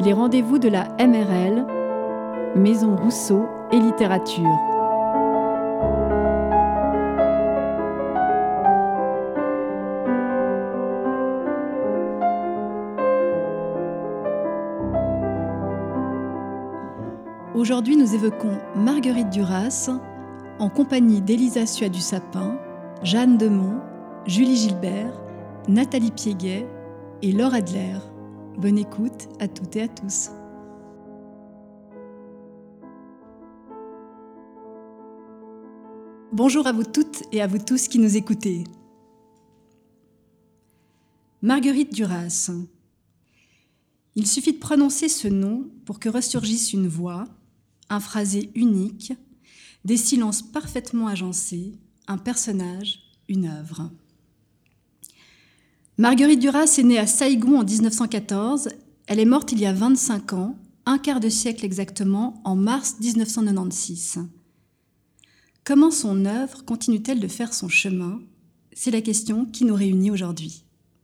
Les rendez-vous de la MRL, Maison Rousseau et Littérature. Aujourd'hui, nous évoquons Marguerite Duras en compagnie d'Élisa Suat-Dussapin, Jeanne Demont, Julie Gilbert, Nathalie Piéguet et Laure Adler. Bonne écoute à toutes et à tous. Bonjour à vous toutes et à vous tous qui nous écoutez. Marguerite Duras. Il suffit de prononcer ce nom pour que ressurgisse une voix, un phrasé unique, des silences parfaitement agencés, un personnage, une œuvre. Marguerite Duras est née à Saïgon en 1914. Elle est morte il y a 25 ans, un quart de siècle exactement, en mars 1996. Comment son œuvre continue-t-elle de faire son chemin ? C'est la question qui nous réunit aujourd'hui.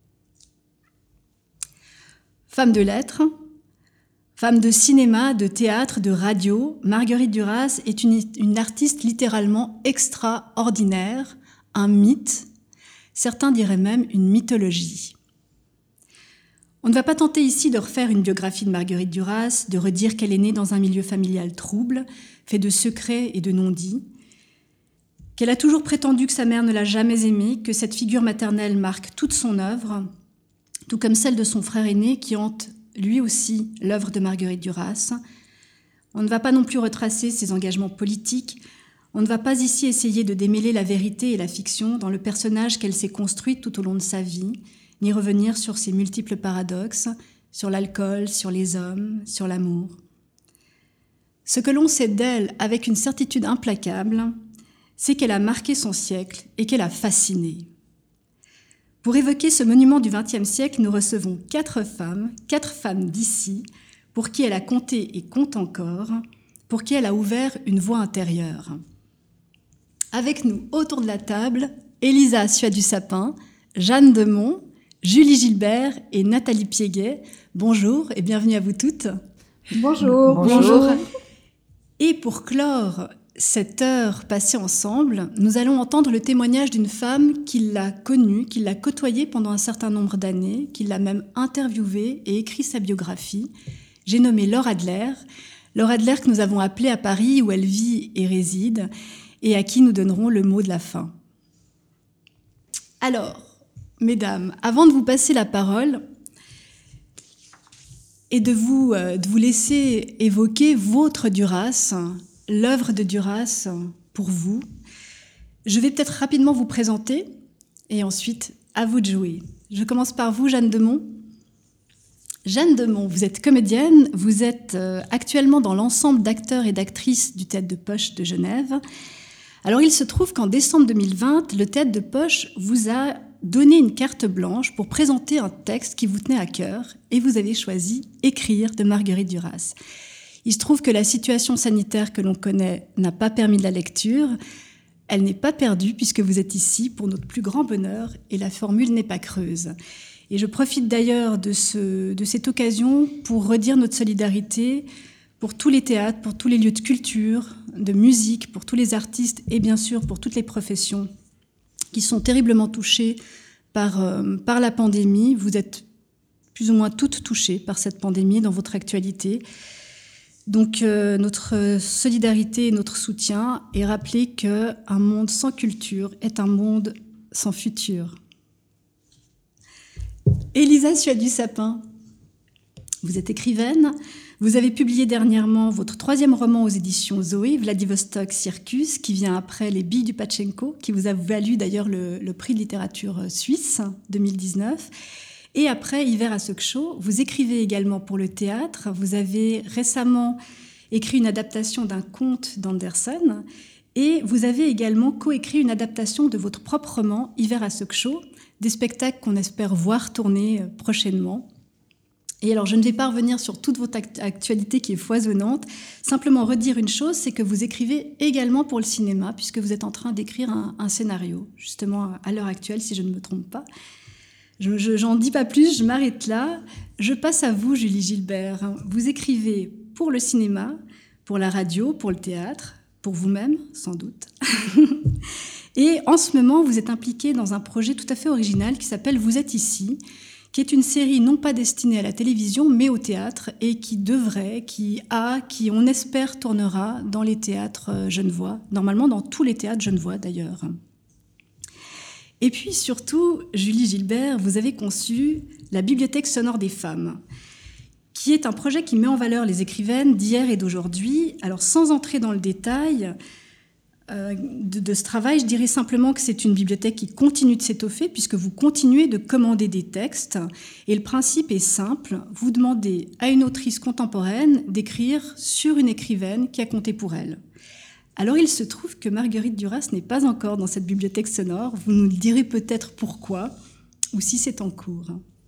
Femme de lettres, femme de cinéma, de théâtre, de radio, Marguerite Duras est une artiste littéralement extraordinaire, un mythe, certains diraient même une mythologie. On ne va pas tenter ici de refaire une biographie de Marguerite Duras, de redire qu'elle est née dans un milieu familial trouble, fait de secrets et de non-dits, qu'elle a toujours prétendu que sa mère ne l'a jamais aimée, que cette figure maternelle marque toute son œuvre, tout comme celle de son frère aîné qui hante lui aussi l'œuvre de Marguerite Duras. On ne va pas non plus retracer ses engagements politiques. On ne va pas ici essayer de démêler la vérité et la fiction dans le personnage qu'elle s'est construit tout au long de sa vie, ni revenir sur ses multiples paradoxes, sur l'alcool, sur les hommes, sur l'amour. Ce que l'on sait d'elle avec une certitude implacable, c'est qu'elle a marqué son siècle et qu'elle a fasciné. Pour évoquer ce monument du XXe siècle, nous recevons quatre femmes d'ici, pour qui elle a compté et compte encore, pour qui elle a ouvert une voie intérieure. Avec nous, autour de la table, Élisa Suat-Dussapin, Jeanne Demont, Julie Gilbert et Nathalie Piéguet. Bonjour et bienvenue à vous toutes. Bonjour. Bonjour. Et pour clore cette heure passée ensemble, nous allons entendre le témoignage d'une femme qui l'a connue, qui l'a côtoyée pendant un certain nombre d'années, qui l'a même interviewée et écrit sa biographie. J'ai nommé Laure Adler. Laure Adler que nous avons appelée à Paris où elle vit et réside et à qui nous donnerons le mot de la fin. Alors, mesdames, avant de vous passer la parole et de vous laisser évoquer votre Duras, l'œuvre de Duras pour vous, je vais peut-être rapidement vous présenter et ensuite à vous de jouer. Je commence par vous, Jeanne Demont. Jeanne Demont, vous êtes comédienne, vous êtes actuellement dans l'ensemble d'acteurs et d'actrices du Théâtre de Poche de Genève. Alors il se trouve qu'en décembre 2020, le Théâtre de Poche vous a donné une carte blanche pour présenter un texte qui vous tenait à cœur et vous avez choisi « Écrire » de Marguerite Duras. Il se trouve que la situation sanitaire que l'on connaît n'a pas permis de la lecture. Elle n'est pas perdue puisque vous êtes ici pour notre plus grand bonheur et la formule n'est pas creuse. Et je profite d'ailleurs de cette occasion pour redire notre solidarité pour tous les théâtres, pour tous les lieux de culture, de musique, pour tous les artistes et bien sûr pour toutes les professions qui sont terriblement touchées par la pandémie. Vous êtes plus ou moins toutes touchées par cette pandémie dans votre actualité. Donc notre solidarité et notre soutien est rappeler qu'un monde sans culture est un monde sans futur. Élisa Suat-Dussapin, vous êtes écrivaine. Vous avez publié dernièrement votre 3e roman aux éditions Zoé, Vladivostok Circus, qui vient après Les Billes du Pachenko, qui vous a valu d'ailleurs le prix de littérature suisse 2019. Et après Hiver à Sokcho, vous écrivez également pour le théâtre. Vous avez récemment écrit une adaptation d'un conte d'Andersen et vous avez également coécrit une adaptation de votre propre roman Hiver à Sokcho, des spectacles qu'on espère voir tourner prochainement. Et alors, je ne vais pas revenir sur toute votre actualité qui est foisonnante, simplement redire une chose, c'est que vous écrivez également pour le cinéma, puisque vous êtes en train d'écrire un scénario, justement à l'heure actuelle, si je ne me trompe pas. J'en dis pas plus, je m'arrête là. Je passe à vous, Julie Gilbert. Vous écrivez pour le cinéma, pour la radio, pour le théâtre, pour vous-même, sans doute. Et en ce moment, vous êtes impliquée dans un projet tout à fait original qui s'appelle Vous êtes ici, qui est une série non pas destinée à la télévision, mais au théâtre, et qui on espère, tournera dans les théâtres genevois, normalement dans tous les théâtres genevois d'ailleurs. Et puis surtout, Julie Gilbert, vous avez conçu la Bibliothèque sonore des femmes, qui est un projet qui met en valeur les écrivaines d'hier et d'aujourd'hui. Alors sans entrer dans le détail de ce travail, je dirais simplement que c'est une bibliothèque qui continue de s'étoffer puisque vous continuez de commander des textes. Et le principe est simple, vous demandez à une autrice contemporaine d'écrire sur une écrivaine qui a compté pour elle. Alors il se trouve que Marguerite Duras n'est pas encore dans cette bibliothèque sonore. Vous nous direz peut-être pourquoi, ou si c'est en cours.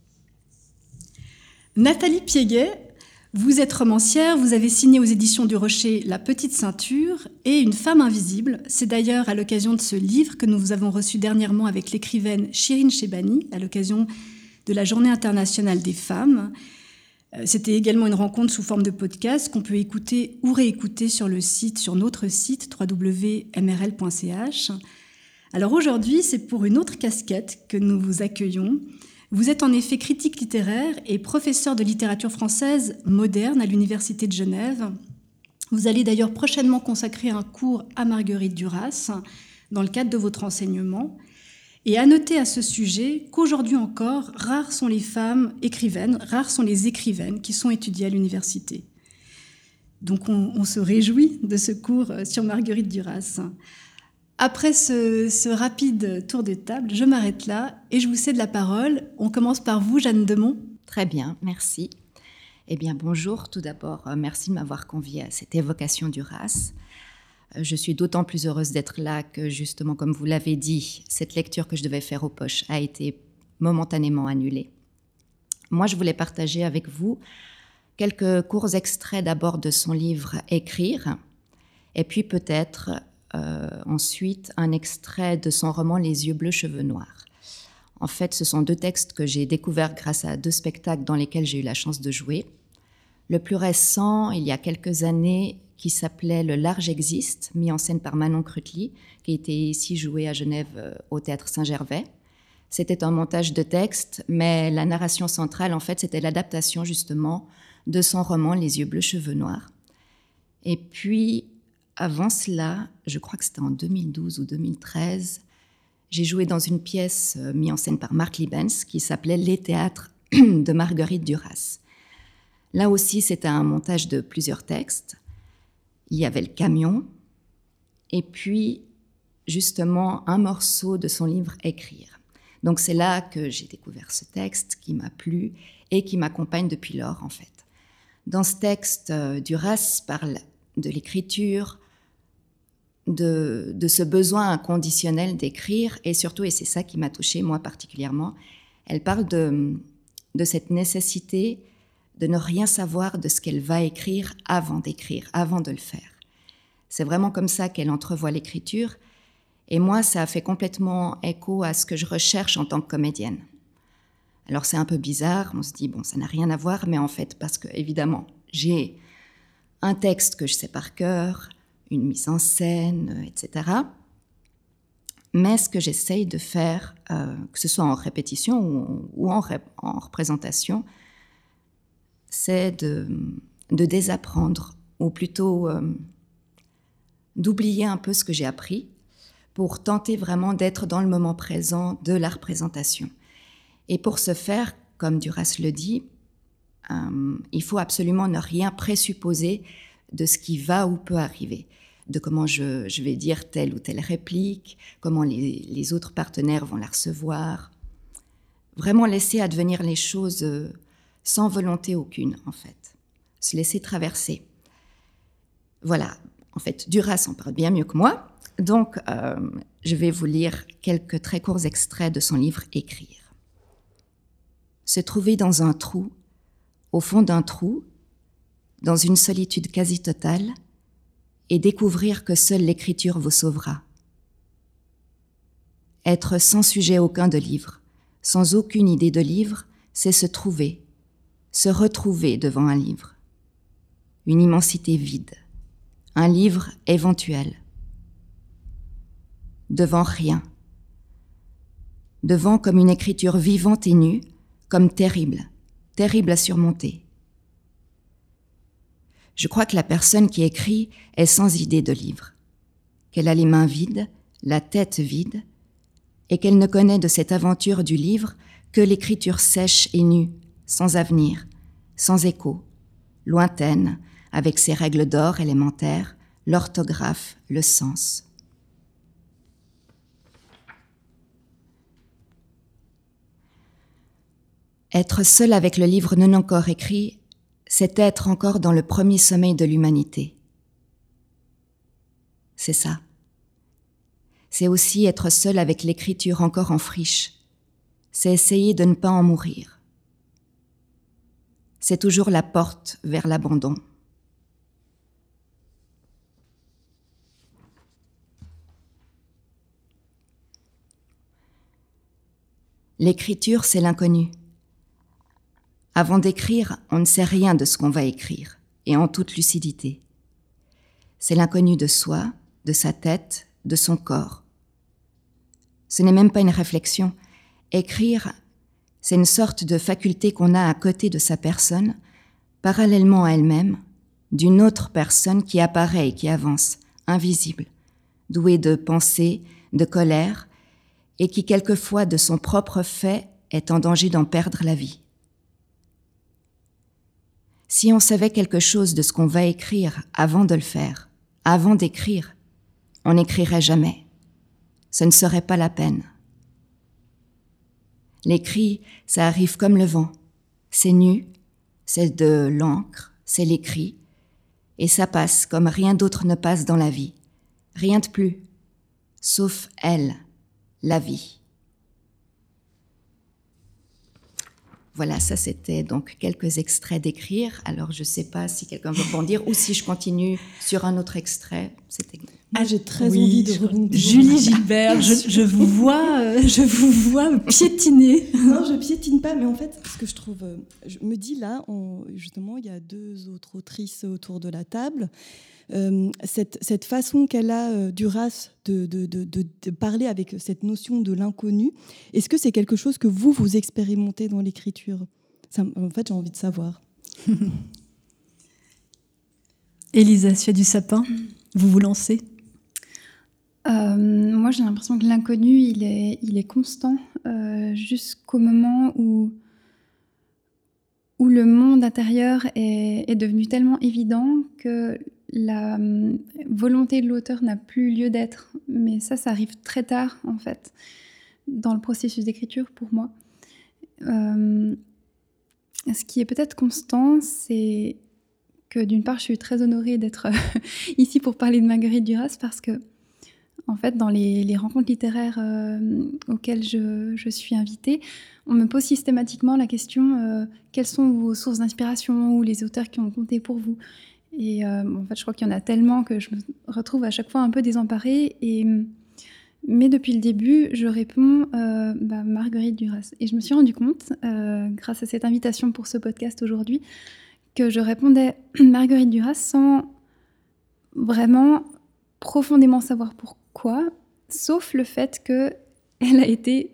Nathalie Piéguet, vous êtes romancière, vous avez signé aux éditions du Rocher La Petite Ceinture et Une femme invisible. C'est d'ailleurs à l'occasion de ce livre que nous vous avons reçu dernièrement avec l'écrivaine Shirin Shebani, à l'occasion de la Journée internationale des femmes. C'était également une rencontre sous forme de podcast qu'on peut écouter ou réécouter sur notre site www.mrl.ch. Alors aujourd'hui, c'est pour une autre casquette que nous vous accueillons. Vous êtes en effet critique littéraire et professeur de littérature française moderne à l'Université de Genève. Vous allez d'ailleurs prochainement consacrer un cours à Marguerite Duras dans le cadre de votre enseignement. Et à noter à ce sujet qu'aujourd'hui encore, rares sont les femmes écrivaines, rares sont les écrivaines qui sont étudiées à l'université. Donc on se réjouit de ce cours sur Marguerite Duras. Après ce rapide tour de table, je m'arrête là et je vous cède la parole. On commence par vous, Jeanne Demont. Très bien, merci. Eh bien, bonjour. Tout d'abord, merci de m'avoir conviée à cette évocation Duras. Je suis d'autant plus heureuse d'être là que, justement, comme vous l'avez dit, cette lecture que je devais faire aux poches a été momentanément annulée. Moi, je voulais partager avec vous quelques courts extraits d'abord de son livre « Écrire » et puis peut-être ensuite un extrait de son roman « Les yeux bleus, cheveux noirs ». En fait, ce sont deux textes que j'ai découverts grâce à deux spectacles dans lesquels j'ai eu la chance de jouer. Le plus récent, il y a quelques années, qui s'appelait « Le large existe », mis en scène par Manon Crutely, qui était ici joué à Genève au Théâtre Saint-Gervais. C'était un montage de texte, mais la narration centrale, en fait, c'était l'adaptation justement de son roman « Les yeux bleus, cheveux noirs ». Et puis, avant cela, je crois que c'était en 2012 ou 2013, j'ai joué dans une pièce mise en scène par Marc Liebens qui s'appelait « Les théâtres de Marguerite Duras ». Là aussi, c'était un montage de plusieurs textes. Il y avait le camion, et puis, justement, un morceau de son livre « Écrire ». Donc, c'est là que j'ai découvert ce texte qui m'a plu et qui m'accompagne depuis lors, en fait. Dans ce texte, Duras parle de l'écriture, de ce besoin inconditionnel d'écrire, et surtout, et c'est ça qui m'a touchée, moi particulièrement, elle parle de cette nécessité de ne rien savoir de ce qu'elle va écrire, avant de le faire. C'est vraiment comme ça qu'elle entrevoit l'écriture. Et moi, ça a fait complètement écho à ce que je recherche en tant que comédienne. Alors, c'est un peu bizarre, on se dit, bon, ça n'a rien à voir, mais en fait, parce que, évidemment, j'ai un texte que je sais par cœur, une mise en scène, etc. Mais ce que j'essaye de faire, que ce soit en répétition ou en représentation, c'est de désapprendre, ou plutôt d'oublier un peu ce que j'ai appris pour tenter vraiment d'être dans le moment présent de la représentation. Et pour ce faire, comme Duras le dit, il faut absolument ne rien présupposer de ce qui va ou peut arriver, de comment je vais dire telle ou telle réplique, comment les autres partenaires vont la recevoir. Vraiment laisser advenir les choses sans volonté aucune, en fait. Se laisser traverser. Voilà, en fait, Duras en parle bien mieux que moi. Donc, je vais vous lire quelques très courts extraits de son livre « Écrire ». Se trouver dans un trou, au fond d'un trou, dans une solitude quasi totale, et découvrir que seule l'écriture vous sauvera. Être sans sujet aucun de livre, sans aucune idée de livre, c'est se trouver, se retrouver devant un livre. Une immensité vide, un livre éventuel. Devant rien. Devant comme une écriture vivante et nue, comme terrible, terrible à surmonter. Je crois que la personne qui écrit est sans idée de livre, qu'elle a les mains vides, la tête vide, et qu'elle ne connaît de cette aventure du livre que l'écriture sèche et nue, sans avenir, sans écho, lointaine, avec ses règles d'or élémentaires, l'orthographe, le sens. Être seul avec le livre non encore écrit, c'est être encore dans le premier sommeil de l'humanité. C'est ça. C'est aussi être seul avec l'écriture encore en friche. C'est essayer de ne pas en mourir. C'est toujours la porte vers l'abandon. L'écriture, c'est l'inconnu. Avant d'écrire, on ne sait rien de ce qu'on va écrire, et en toute lucidité. C'est l'inconnu de soi, de sa tête, de son corps. Ce n'est même pas une réflexion. Écrire, c'est une sorte de faculté qu'on a à côté de sa personne, parallèlement à elle-même, d'une autre personne qui apparaît et qui avance, invisible, douée de pensée, de colère, et qui quelquefois, de son propre fait, est en danger d'en perdre la vie. Si on savait quelque chose de ce qu'on va écrire avant de le faire, avant d'écrire, on n'écrirait jamais. Ce ne serait pas la peine. L'écrit, ça arrive comme le vent. C'est nu, c'est de l'encre, c'est l'écrit, et ça passe comme rien d'autre ne passe dans la vie. Rien de plus, sauf elle, la vie. Voilà, ça c'était donc quelques extraits d'écrire. Alors je ne sais pas si quelqu'un veut rebondir ou si je continue sur un autre extrait. J'ai très envie de rebondir. Julie Gilbert, je vous vois piétiner. Non, je piétine pas, mais en fait, ce que je trouve, je me dis là, justement, il y a deux autres autrices autour de la table. Cette façon qu'elle a, Duras, de parler avec cette notion de l'inconnu, est-ce que c'est quelque chose que vous expérimentez dans l'écriture ? En fait, j'ai envie de savoir. Élisa Suat-Dussapin, vous vous lancez ? Moi, j'ai l'impression que l'inconnu, il est constant jusqu'au moment où le monde intérieur est devenu tellement évident que la volonté de l'auteur n'a plus lieu d'être. Mais ça arrive très tard, en fait, dans le processus d'écriture, pour moi. Ce qui est peut-être constant, c'est que d'une part, je suis très honorée d'être ici pour parler de Marguerite Duras, parce que en fait, dans les rencontres littéraires auxquelles je suis invitée, on me pose systématiquement la question quelles sont vos sources d'inspiration ou les auteurs qui ont compté pour vous ? Et en fait, je crois qu'il y en a tellement que je me retrouve à chaque fois un peu désemparée. Mais depuis le début, je réponds Marguerite Duras. Et je me suis rendu compte, grâce à cette invitation pour ce podcast aujourd'hui, que je répondais Marguerite Duras sans vraiment profondément savoir pourquoi, sauf le fait qu'elle a été,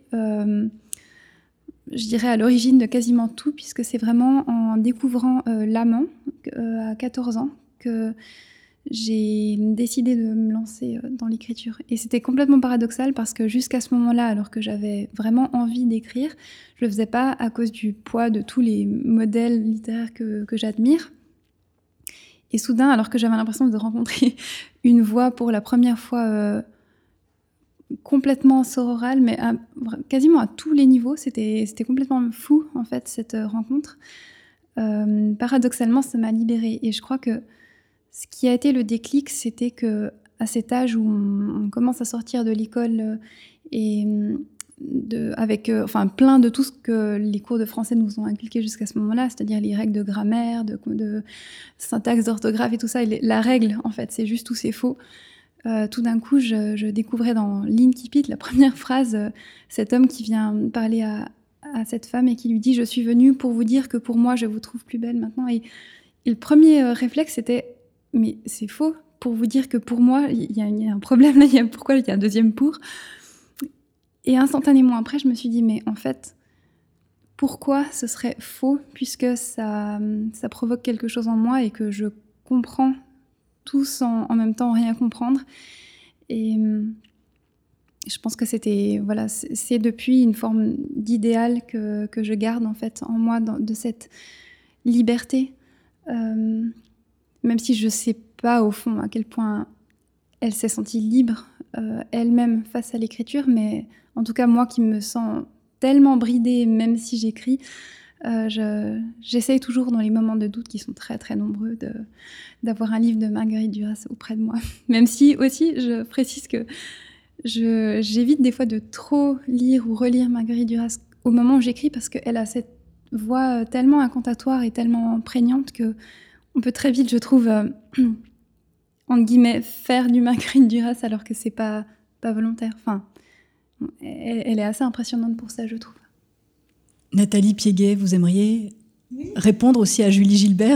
je dirais, à l'origine de quasiment tout, puisque c'est vraiment en découvrant l'amant à 14 ans que j'ai décidé de me lancer dans l'écriture. Et c'était complètement paradoxal parce que jusqu'à ce moment-là, alors que j'avais vraiment envie d'écrire, je ne le faisais pas à cause du poids de tous les modèles littéraires que j'admire. Et soudain, alors que j'avais l'impression de rencontrer une voix pour la première fois complètement sororale, mais quasiment à tous les niveaux, c'était complètement fou, en fait, cette rencontre. Paradoxalement, ça m'a libérée. Et je crois que ce qui a été le déclic, c'était qu'à cet âge où on commence à sortir de l'école et avec plein de tout ce que les cours de français nous ont inculqué jusqu'à ce moment-là, c'est-à-dire les règles de grammaire, de syntaxe, d'orthographe et tout ça. Et la règle, en fait, c'est juste ou c'est faux. Tout d'un coup, je découvrais dans l'Incipit, la première phrase, cet homme qui vient parler à cette femme et qui lui dit « Je suis venue pour vous dire que pour moi, je vous trouve plus belle maintenant ». Et le premier réflexe, c'était « Mais c'est faux, pour vous dire que pour moi, il y a un problème là, pourquoi il y a un deuxième pour ?» Et instantanément après, je me suis dit « Mais en fait, pourquoi ce serait faux puisque ça provoque quelque chose en moi et que je comprends tout sans en même temps rien comprendre ?» Et je pense que c'est depuis une forme d'idéal que je garde en fait en moi de cette liberté, même si je ne sais pas au fond à quel point elle s'est sentie libre elle-même face à l'écriture, mais en tout cas moi qui me sens tellement bridée même si j'écris, j'essaye toujours dans les moments de doute qui sont très très nombreux d'avoir un livre de Marguerite Duras auprès de moi, même si aussi je précise que j'évite des fois de trop lire ou relire Marguerite Duras au moment où j'écris parce qu'elle a cette voix tellement incantatoire et tellement prégnante qu'on peut très vite, je trouve, entre guillemets, faire du Marguerite Duras alors que c'est pas volontaire. Enfin, elle est assez impressionnante pour ça, je trouve. Nathalie Piéguet, vous aimeriez répondre aussi à Julie Gilbert ?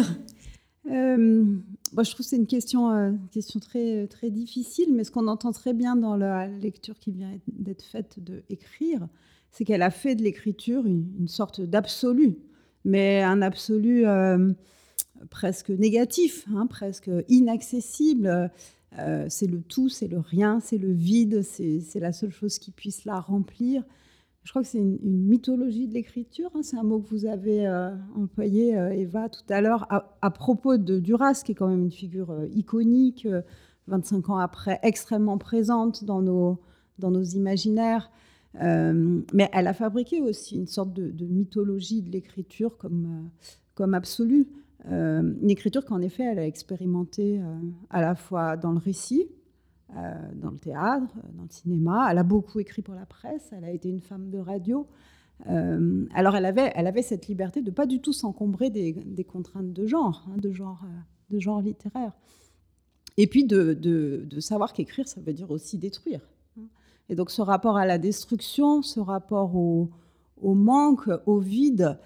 Je trouve que c'est une question très, très difficile, mais ce qu'on entend très bien dans la lecture qui vient d'être faite de Écrire, c'est qu'elle a fait de l'écriture une sorte d'absolu, mais un absolu presque négatif, presque inaccessible. C'est le tout, c'est le rien, c'est le vide, c'est la seule chose qui puisse la remplir. Je crois que c'est une mythologie de l'écriture. C'est un mot que vous avez employé, Eva, tout à l'heure, à propos de Duras, qui est quand même une figure iconique, 25 ans après, extrêmement présente dans nos imaginaires. Mais elle a fabriqué aussi une sorte de mythologie de l'écriture comme absolue. Une écriture qu'en effet, elle a expérimentée à la fois dans le récit, dans le théâtre, dans le cinéma. Elle a beaucoup écrit pour la presse, elle a été une femme de radio. Alors elle avait cette liberté de ne pas du tout s'encombrer des contraintes de genre littéraire. Et puis de savoir qu'écrire, ça veut dire aussi détruire. Et donc ce rapport à la destruction, ce rapport au manque, au vide,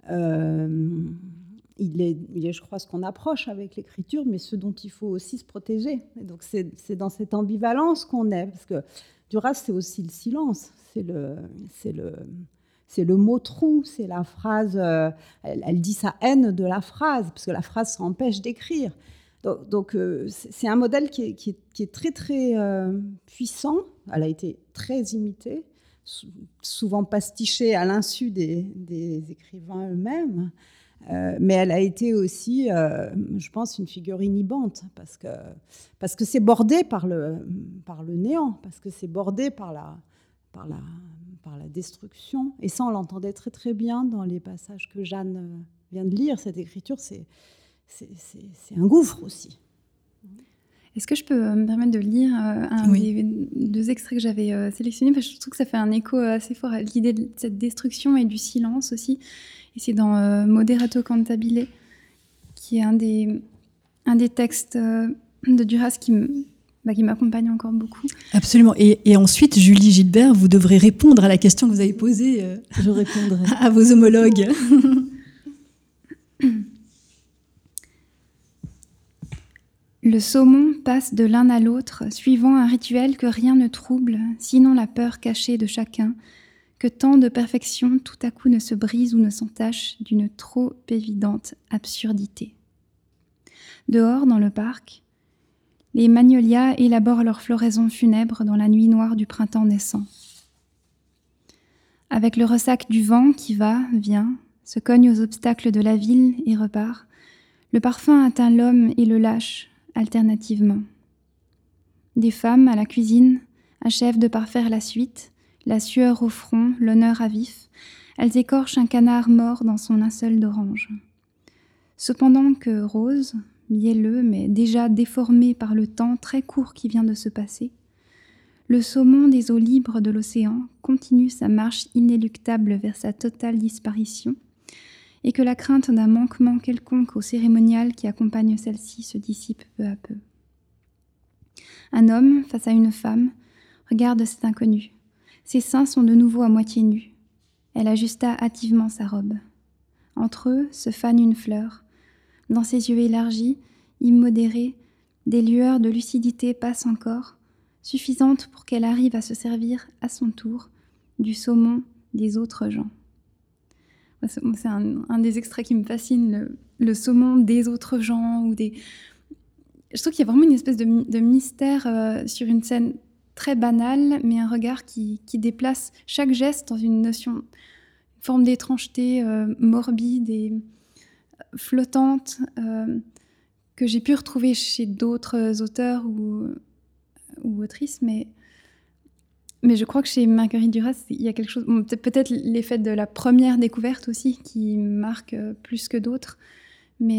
il est, je crois, ce qu'on approche avec l'écriture, mais ce dont il faut aussi se protéger. Et donc c'est dans cette ambivalence qu'on est, parce que Duras, c'est aussi le silence, c'est le mot trou, c'est la phrase, elle dit sa haine de la phrase, parce que la phrase s'empêche d'écrire. Donc c'est un modèle qui est très, très puissant. Elle a été très imitée, souvent pastichée à l'insu des écrivains eux-mêmes. Mais elle a été aussi, je pense, une figure inhibante, parce que c'est bordé par le néant, parce que c'est bordé par la destruction. Et ça, on l'entendait très très bien dans les passages que Jeanne vient de lire. Cette écriture, c'est un gouffre aussi. Est-ce que je peux me permettre de lire des deux extraits que j'avais sélectionnés, parce que je trouve que ça fait un écho assez fort à l'idée de cette destruction et du silence aussi. Et c'est dans Moderato Cantabile, qui est un des textes de Duras qui m'accompagne encore beaucoup. Absolument. Et ensuite, Julie Gilbert, vous devrez répondre à la question que vous avez posée Je répondrai à vos homologues. Le saumon passe de l'un à l'autre, suivant un rituel que rien ne trouble, sinon la peur cachée de chacun, que tant de perfection tout à coup ne se brise ou ne s'entache d'une trop évidente absurdité. Dehors, dans le parc, les magnolias élaborent leur floraison funèbre dans la nuit noire du printemps naissant. Avec le ressac du vent qui va, vient, se cogne aux obstacles de la ville et repart, le parfum atteint l'homme et le lâche, alternativement. Des femmes, à la cuisine, achèvent de parfaire la suite, la sueur au front, l'honneur à vif, elles écorchent un canard mort dans son linceul d'orange. Cependant que Rose, mielleux mais déjà déformé par le temps très court qui vient de se passer, le saumon des eaux libres de l'océan continue sa marche inéluctable vers sa totale disparition, et que la crainte d'un manquement quelconque au cérémonial qui accompagne celle-ci se dissipe peu à peu. Un homme, face à une femme, regarde cet inconnu. Ses seins sont de nouveau à moitié nus. Elle ajusta hâtivement sa robe. Entre eux se fane une fleur. Dans ses yeux élargis, immodérés, des lueurs de lucidité passent encore, suffisantes pour qu'elle arrive à se servir à son tour du saumon des autres gens. C'est un des extraits qui me fascine, le saumon des autres gens. Je trouve qu'il y a vraiment une espèce de mystère sur une scène très banale, mais un regard qui déplace chaque geste dans une forme d'étrangeté morbide et flottante que j'ai pu retrouver chez d'autres auteurs ou autrices, mais je crois que chez Marguerite Duras, il y a quelque chose, peut-être l'effet de la première découverte aussi, qui marque plus que d'autres, mais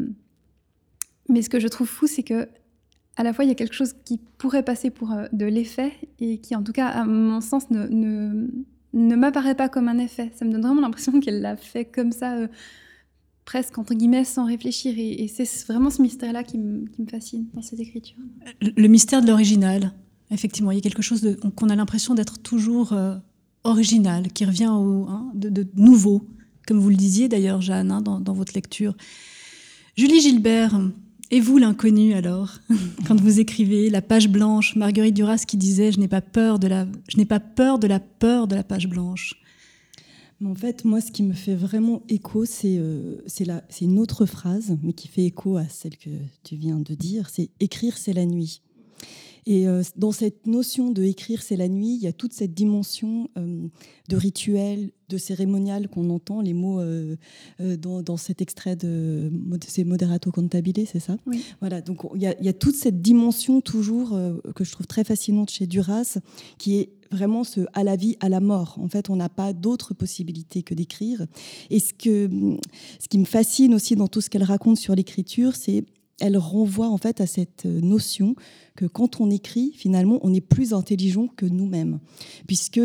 ce que je trouve fou, c'est que à la fois, il y a quelque chose qui pourrait passer pour de l'effet et qui, en tout cas, à mon sens, ne m'apparaît pas comme un effet. Ça me donne vraiment l'impression qu'elle l'a fait comme ça, presque, entre guillemets, sans réfléchir. Et c'est vraiment ce mystère-là qui me fascine dans cette écriture. Le mystère de l'original, effectivement. Il y a quelque chose qu'on a l'impression d'être toujours original, qui revient de nouveau, comme vous le disiez d'ailleurs, Jeanne, dans votre lecture. Julie Gilbert, et vous l'inconnu alors, quand vous écrivez La page blanche, Marguerite Duras qui disait « Je n'ai pas peur de la peur de la page blanche ». Mais en fait, moi, ce qui me fait vraiment écho, c'est une autre phrase, mais qui fait écho à celle que tu viens de dire, c'est « Écrire, c'est la nuit ». Et dans cette notion de écrire, c'est la nuit, il y a toute cette dimension de rituel, de cérémonial qu'on entend, les mots dans cet extrait c'est Moderato Cantabile, c'est ça ? Oui. Voilà, donc il y a toute cette dimension toujours que je trouve très fascinante chez Duras, qui est vraiment ce à la vie, à la mort. En fait, on n'a pas d'autre possibilité que d'écrire. Et ce qui me fascine aussi dans tout ce qu'elle raconte sur l'écriture, c'est elle renvoie en fait à cette notion que quand on écrit, finalement, on est plus intelligent que nous-mêmes. Puisque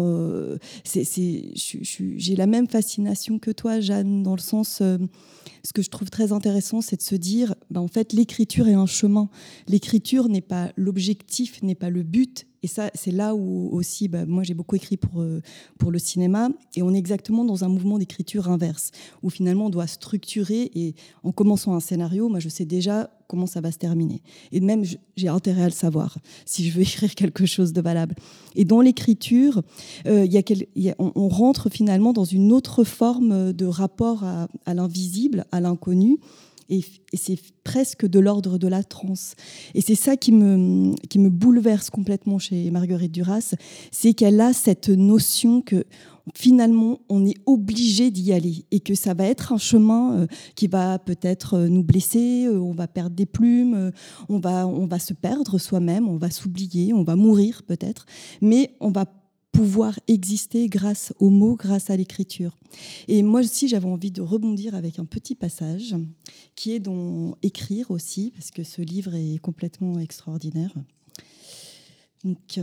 j'ai la même fascination que toi, Jeanne, dans le sens... ce que je trouve très intéressant, c'est de se dire, en fait, l'écriture est un chemin. L'écriture n'est pas l'objectif, n'est pas le but. Et ça, c'est là où aussi, moi, j'ai beaucoup écrit pour le cinéma. Et on est exactement dans un mouvement d'écriture inverse, où finalement, on doit structurer. Et en commençant un scénario, moi, je sais déjà comment ça va se terminer. Et même, j'ai intérêt à le savoir, si je veux écrire quelque chose de valable. Et dans l'écriture, on rentre finalement dans une autre forme de rapport à l'invisible, à l'inconnu. Et c'est presque de l'ordre de la transe. Et c'est ça qui me bouleverse complètement chez Marguerite Duras, c'est qu'elle a cette notion que finalement, on est obligé d'y aller et que ça va être un chemin qui va peut-être nous blesser, on va perdre des plumes, on va se perdre soi-même, on va s'oublier, on va mourir peut-être, mais on va pouvoir exister grâce aux mots, grâce à l'écriture. Et moi aussi, j'avais envie de rebondir avec un petit passage qui est dans Écrire aussi, parce que ce livre est complètement extraordinaire. Donc,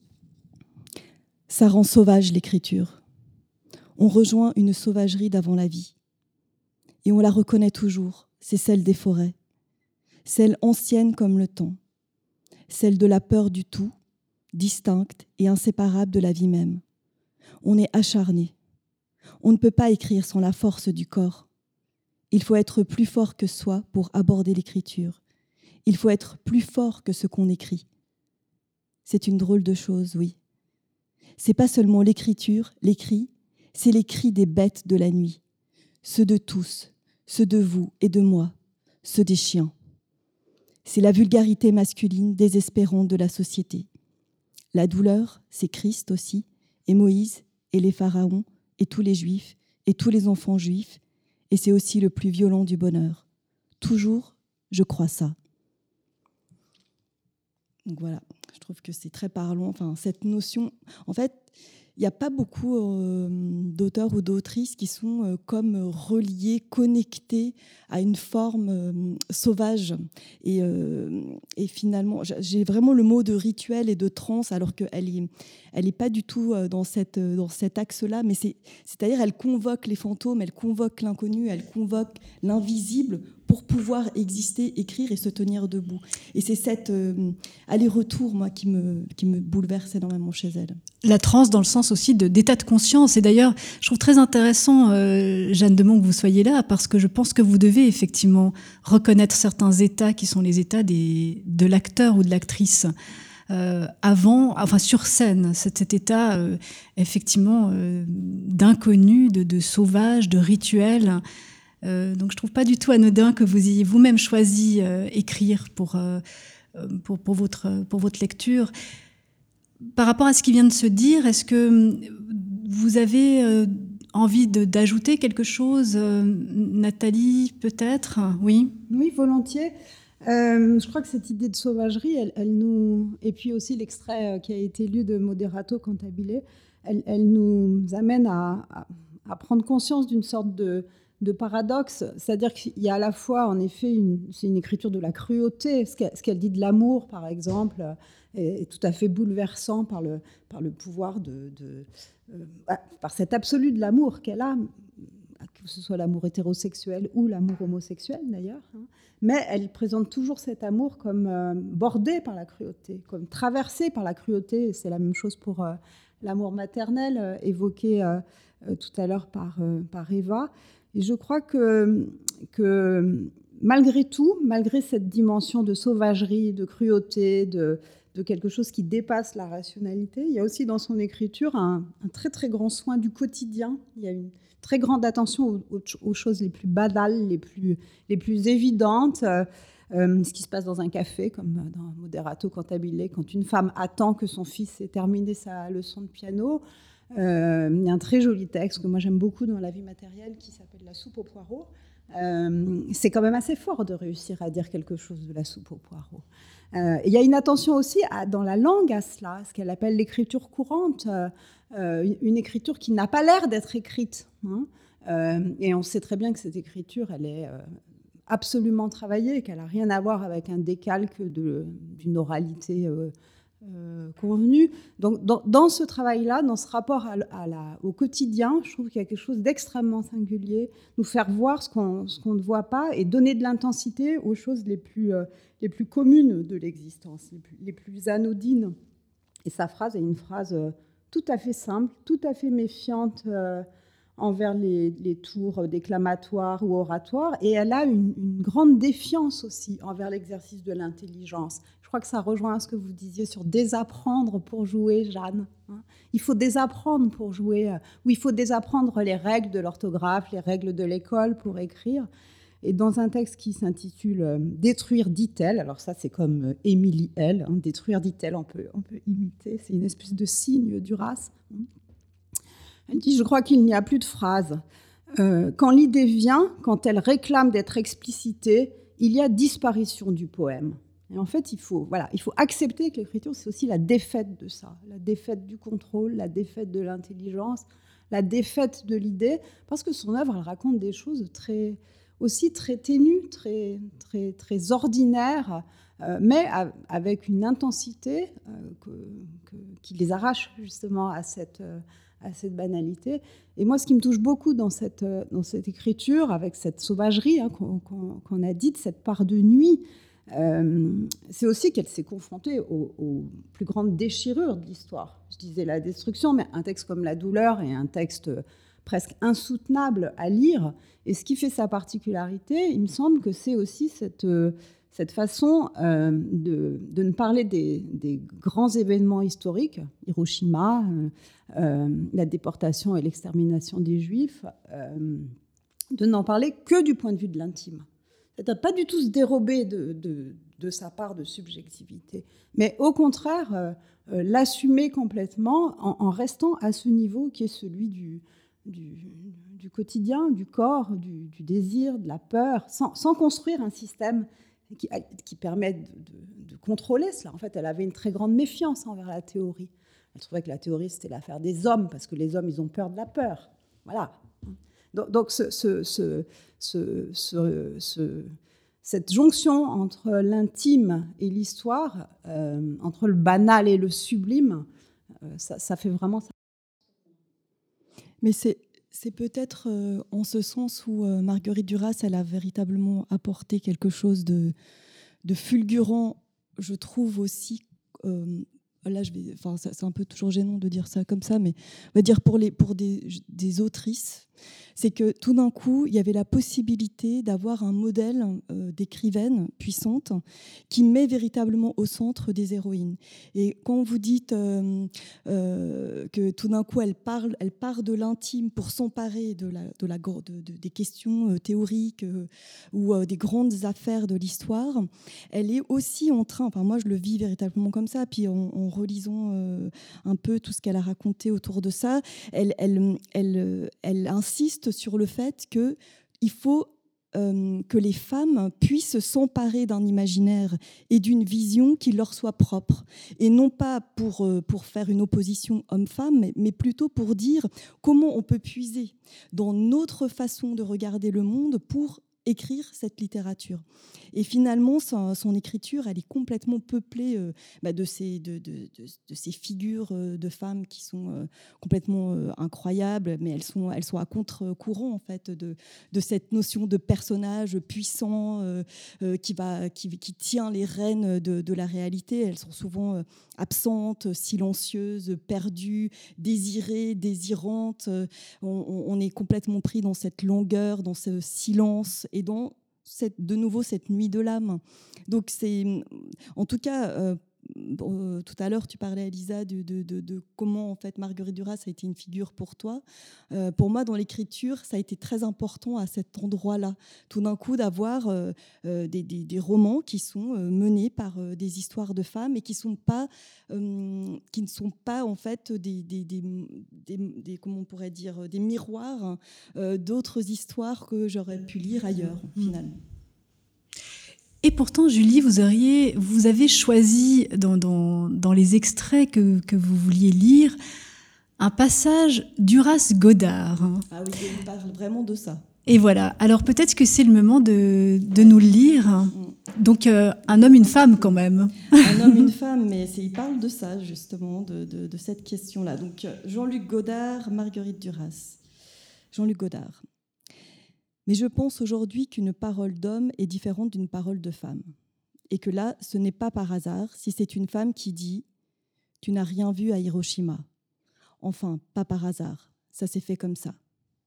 ça rend sauvage l'écriture. On rejoint une sauvagerie d'avant la vie. Et on la reconnaît toujours, c'est celle des forêts, celle ancienne comme le temps, celle de la peur du tout, distincte et inséparable de la vie même. On est acharné. On ne peut pas écrire sans la force du corps. Il faut être plus fort que soi pour aborder l'écriture. Il faut être plus fort que ce qu'on écrit. C'est une drôle de chose, oui. C'est pas seulement l'écriture, l'écrit, c'est les cris des bêtes de la nuit. Ceux de tous, ceux de vous et de moi, ceux des chiens. C'est la vulgarité masculine désespérante de la société. La douleur, c'est Christ aussi, et Moïse, et les pharaons, et tous les juifs, et tous les enfants juifs, et c'est aussi le plus violent du bonheur. Toujours, je crois ça. Donc voilà, je trouve que c'est très parlant. Enfin, cette notion, en fait, il n'y a pas beaucoup d'auteurs ou d'autrices qui sont comme reliés, connectés à une forme sauvage. Et finalement, j'ai vraiment le mot de rituel et de transe, alors qu'elle est pas du tout dans cet axe-là. Mais c'est-à-dire, elle convoque les fantômes, elle convoque l'inconnu, elle convoque l'invisible pour pouvoir exister, écrire et se tenir debout. Et c'est cet aller-retour, moi, qui me bouleverse énormément chez elle. La transe dans le sens aussi d'état de conscience. Et d'ailleurs, je trouve très intéressant, Jeanne Demont, que vous soyez là, parce que je pense que vous devez effectivement reconnaître certains états qui sont les états de l'acteur ou de l'actrice. Sur scène, cet état effectivement d'inconnu, de sauvage, de rituel. Donc je trouve pas du tout anodin que vous ayez vous-même choisi écrire pour votre lecture. Par rapport à ce qui vient de se dire, est-ce que vous avez envie d'ajouter quelque chose, Nathalie, peut-être? Oui. Oui, volontiers. Je crois que cette idée de sauvagerie, elle nous... Et puis aussi l'extrait qui a été lu de Moderato Cantabile, elle nous amène à prendre conscience d'une sorte de paradoxe. C'est-à-dire qu'il y a à la fois, en effet, c'est une écriture de la cruauté. Ce qu'elle dit de l'amour, par exemple, est tout à fait bouleversant par le pouvoir par cet absolu de l'amour qu'elle a, que ce soit l'amour hétérosexuel ou l'amour homosexuel, d'ailleurs. Mais elle présente toujours cet amour comme bordé par la cruauté, comme traversé par la cruauté. C'est la même chose pour l'amour maternel évoqué tout à l'heure par Eva. Et je crois que malgré tout, malgré cette dimension de sauvagerie, de cruauté, de quelque chose qui dépasse la rationalité, il y a aussi dans son écriture un très très grand soin du quotidien. Il y a une très grande attention aux choses les plus banales, les plus évidentes. Ce qui se passe dans un café, comme dans Moderato Cantabile, quand une femme attend que son fils ait terminé sa leçon de piano. Il y a un très joli texte que moi j'aime beaucoup dans La vie matérielle qui s'appelle La soupe aux poireaux. C'est quand même assez fort de réussir à dire quelque chose de la soupe aux poireaux. Il y a une attention aussi dans la langue à cela, ce qu'elle appelle l'écriture courante, une écriture qui n'a pas l'air d'être écrite. Et on sait très bien que cette écriture, elle est absolument travaillée, qu'elle n'a rien à voir avec un décalque d'une oralité convenue. Donc, dans ce travail-là, dans ce rapport au quotidien, je trouve qu'il y a quelque chose d'extrêmement singulier, nous faire voir ce qu'on ne voit pas et donner de l'intensité aux choses les plus communes de l'existence, les plus anodines. Et sa phrase est une phrase tout à fait simple, tout à fait méfiante envers les tours déclamatoires ou oratoires, et elle a une grande défiance aussi envers l'exercice de l'intelligence. Je crois que ça rejoint ce que vous disiez sur désapprendre pour jouer, Jeanne. Il faut désapprendre pour jouer, ou il faut désapprendre les règles de l'orthographe, les règles de l'école pour écrire. Et dans un texte qui s'intitule « Détruire, dit-elle », alors ça c'est comme Émilie L, détruire, dit-elle, on peut imiter, c'est une espèce de signe d'Horace. Elle dit « Je crois qu'il n'y a plus de phrases. Quand l'idée vient, quand elle réclame d'être explicitée, il y a disparition du poème. » Et en fait, il faut accepter que l'écriture, c'est aussi la défaite de ça, la défaite du contrôle, la défaite de l'intelligence, la défaite de l'idée, parce que son œuvre, elle raconte des choses aussi très ténues, très, très, très ordinaires, mais avec une intensité qui les arrache justement à cette banalité. Et moi, ce qui me touche beaucoup dans cette écriture, avec cette sauvagerie qu'on a dite, cette part de nuit, c'est aussi qu'elle s'est confrontée aux plus grandes déchirures de l'histoire. Je disais la destruction, mais un texte comme La douleur est un texte presque insoutenable à lire. Et ce qui fait sa particularité, il me semble que c'est aussi cette façon de ne parler des grands événements historiques, Hiroshima, la déportation et l'extermination des Juifs, de n'en parler que du point de vue de l'intime. C'est-à-dire pas du tout se dérober de sa part de subjectivité, mais au contraire l'assumer complètement en restant à ce niveau qui est celui du quotidien, du corps, du désir, de la peur, sans construire un système qui permet de contrôler cela. En fait, elle avait une très grande méfiance envers la théorie. Elle trouvait que la théorie, c'était l'affaire des hommes, parce que les hommes, ils ont peur de la peur. Voilà. Donc cette jonction entre l'intime et l'histoire, entre le banal et le sublime, ça fait vraiment ça. Mais c'est C'est peut-être en ce sens où Marguerite Duras, elle a véritablement apporté quelque chose de fulgurant, je trouve aussi. Là, c'est un peu toujours gênant de dire ça comme ça, mais on va dire pour des autrices, c'est que tout d'un coup, il y avait la possibilité d'avoir un modèle d'écrivaine puissante qui met véritablement au centre des héroïnes. Et quand vous dites que tout d'un coup, elle part de l'intime pour s'emparer des questions théoriques ou des grandes affaires de l'histoire, elle est aussi en train, enfin moi je le vis véritablement comme ça, puis en relisant un peu tout ce qu'elle a raconté autour de ça, elle insiste sur le fait qu'il faut que les femmes puissent s'emparer d'un imaginaire et d'une vision qui leur soit propre. Et non pas pour faire une opposition homme-femme, mais plutôt pour dire comment on peut puiser dans notre façon de regarder le monde pour écrire cette littérature. Et finalement, son écriture, elle est complètement peuplée de ces figures de femmes qui sont complètement incroyables, mais elles sont à contre-courant en fait de cette notion de personnage puissant qui tient les rênes de la réalité. Elles sont souvent absentes, silencieuses, perdues, désirées, désirantes. On est complètement pris dans cette longueur, dans ce silence et dans de nouveau cette nuit de l'âme. Donc c'est, en tout cas, tout à l'heure tu parlais, Elisa, de comment en fait Marguerite Duras a été une figure pour toi. Pour moi, dans l'écriture, ça a été très important à cet endroit-là. Tout d'un coup, d'avoir des romans qui sont menés par des histoires de femmes et qui ne sont pas en fait des comment on pourrait dire, des miroirs d'autres histoires que j'aurais pu lire ailleurs, finalement. Et pourtant, Julie, vous avez choisi dans les extraits que vous vouliez lire un passage Duras-Godard. Ah oui, il parle vraiment de ça. Et voilà. Alors peut-être que c'est le moment de nous le lire. Donc un homme, une femme quand même. Un homme, une femme, mais il parle de ça justement, de cette question-là. Donc Jean-Luc Godard, Marguerite Duras. Jean-Luc Godard. Mais je pense aujourd'hui qu'une parole d'homme est différente d'une parole de femme. Et que là, ce n'est pas par hasard si c'est une femme qui dit « Tu n'as rien vu à Hiroshima ». Enfin, pas par hasard. Ça s'est fait comme ça.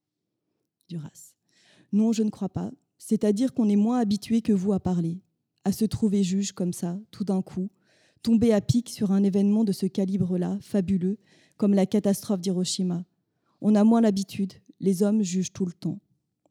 Duras. Non, je ne crois pas. C'est-à-dire qu'on est moins habitué que vous à parler, à se trouver juge comme ça, tout d'un coup, tomber à pic sur un événement de ce calibre-là, fabuleux, comme la catastrophe d'Hiroshima. On a moins l'habitude. Les hommes jugent tout le temps.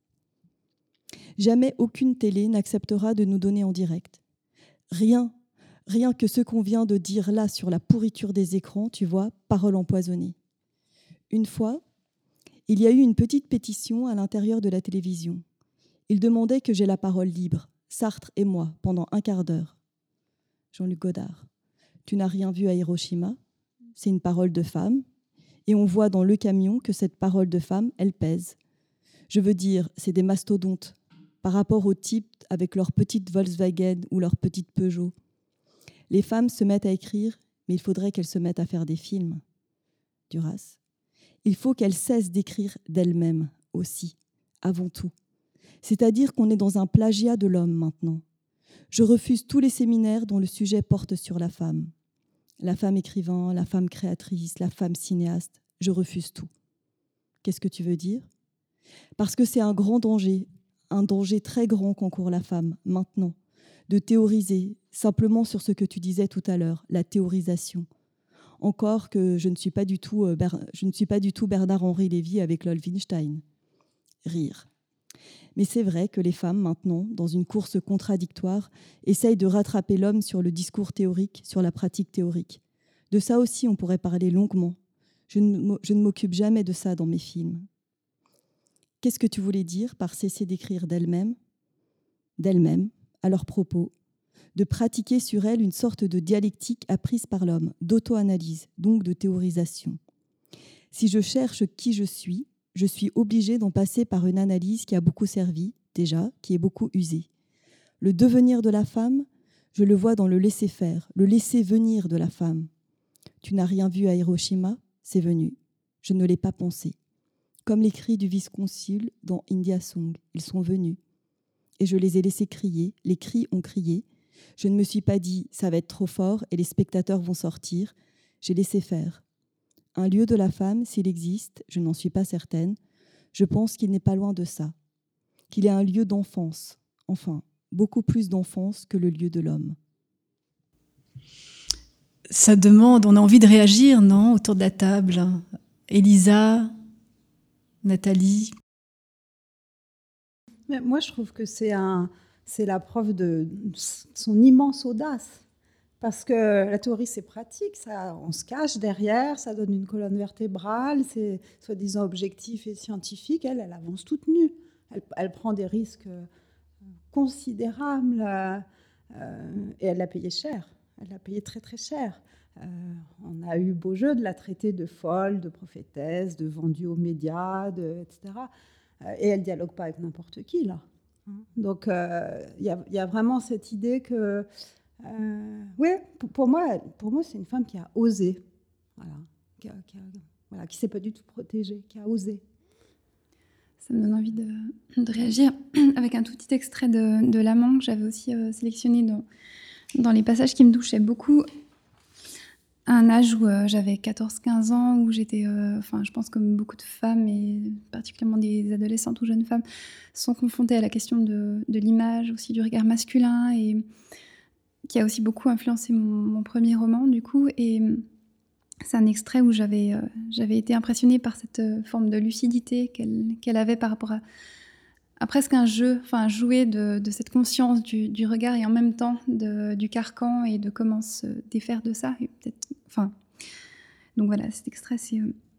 Jamais aucune télé n'acceptera de nous donner en direct. Rien que ce qu'on vient de dire là sur la pourriture des écrans, tu vois, parole empoisonnée. Une fois, il y a eu une petite pétition à l'intérieur de la télévision. Il demandait que j'aie la parole libre, Sartre et moi, pendant un quart d'heure. Jean-Luc Godard. Tu n'as rien vu à Hiroshima, c'est une parole de femme, et on voit dans le camion que cette parole de femme, elle pèse. Je veux dire, c'est des mastodontes par rapport aux types avec leur petite Volkswagen ou leur petite Peugeot. Les femmes se mettent à écrire, mais il faudrait qu'elles se mettent à faire des films. Duras. Il faut qu'elles cessent d'écrire d'elles-mêmes aussi, avant tout. C'est-à-dire qu'on est dans un plagiat de l'homme maintenant. Je refuse tous les séminaires dont le sujet porte sur la femme. La femme écrivain, la femme créatrice, la femme cinéaste. Je refuse tout. Qu'est-ce que tu veux dire ? Parce que c'est un grand danger, un danger très grand qu'encourt la femme, maintenant, de théoriser simplement sur ce que tu disais tout à l'heure, la théorisation. Encore que je ne suis pas du tout Bernard-Henri Lévy avec Lol Wittgenstein. Rire. Mais c'est vrai que les femmes, maintenant, dans une course contradictoire, essayent de rattraper l'homme sur le discours théorique, sur la pratique théorique. De ça aussi, on pourrait parler longuement. Je ne m'occupe jamais de ça dans mes films. Qu'est-ce que tu voulais dire par cesser d'écrire d'elles-mêmes, à leurs propos, de pratiquer sur elles une sorte de dialectique apprise par l'homme, d'auto-analyse, donc de théorisation. Si je cherche qui je suis obligée d'en passer par une analyse qui a beaucoup servi, déjà, qui est beaucoup usée. Le devenir de la femme, je le vois dans le laisser-faire, le laisser-venir de la femme. Tu n'as rien vu à Hiroshima, c'est venu. Je ne l'ai pas pensé. comme les cris du vice-consul dans India Song. Ils sont venus. Et je les ai laissés crier. Les cris ont crié. Je ne me suis pas dit « ça va être trop fort et les spectateurs vont sortir ». J'ai laissé faire. Un lieu de la femme, s'il existe, je n'en suis pas certaine, je pense qu'il n'est pas loin de ça. Qu'il est un lieu d'enfance, enfin, beaucoup plus d'enfance que le lieu de l'homme. Ça demande, on a envie de réagir, non, autour de la table. Elisa, Nathalie. Mais moi, je trouve que c'est la preuve de son immense audace. Parce que la théorie, c'est pratique, ça, on se cache derrière, ça donne une colonne vertébrale, c'est soi-disant objectif et scientifique. Elle avance toute nue. Elle prend des risques considérables et elle l'a payé cher. Elle l'a payé très, très cher. On a eu beau jeu de la traiter de folle, de prophétesse, de vendue aux médias, etc. Et elle ne dialogue pas avec n'importe qui, là. Donc, il y a vraiment cette idée que... oui, pour moi, c'est une femme qui a osé, voilà, qui ne s'est pas du tout protégée, qui a osé. Ça me donne envie de réagir avec un tout petit extrait de L'Amant que j'avais aussi sélectionné dans les passages qui me touchaient beaucoup. À un âge où j'avais 14-15 ans, où j'étais, je pense comme beaucoup de femmes, et particulièrement des adolescentes ou jeunes femmes, sont confrontées à la question de l'image, aussi du regard masculin, et qui a aussi beaucoup influencé mon premier roman, du coup. Et c'est un extrait où j'avais été impressionnée par cette forme de lucidité qu'elle avait par rapport à presque un jeu, jouer de cette conscience du regard et en même temps du carcan et de comment se défaire de ça. Et donc voilà, cet extrait, c'est...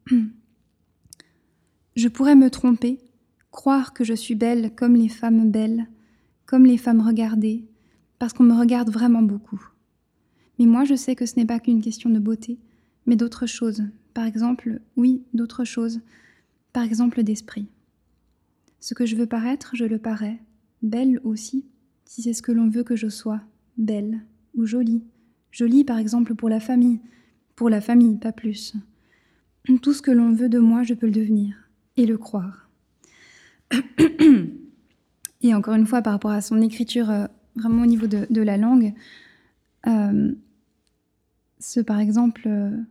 Je pourrais me tromper, croire que je suis belle comme les femmes belles, comme les femmes regardées, parce qu'on me regarde vraiment beaucoup. Mais moi, je sais que ce n'est pas qu'une question de beauté, mais d'autre chose. Par exemple, oui, d'autre chose. Par exemple, d'esprit. Ce que je veux paraître, je le parais. Belle aussi, si c'est ce que l'on veut que je sois. Belle ou jolie. Jolie, par exemple, pour la famille. Pour la famille, pas plus. Tout ce que l'on veut de moi, je peux le devenir. Et le croire. Et encore une fois, par rapport à son écriture, vraiment au niveau de la langue, par exemple...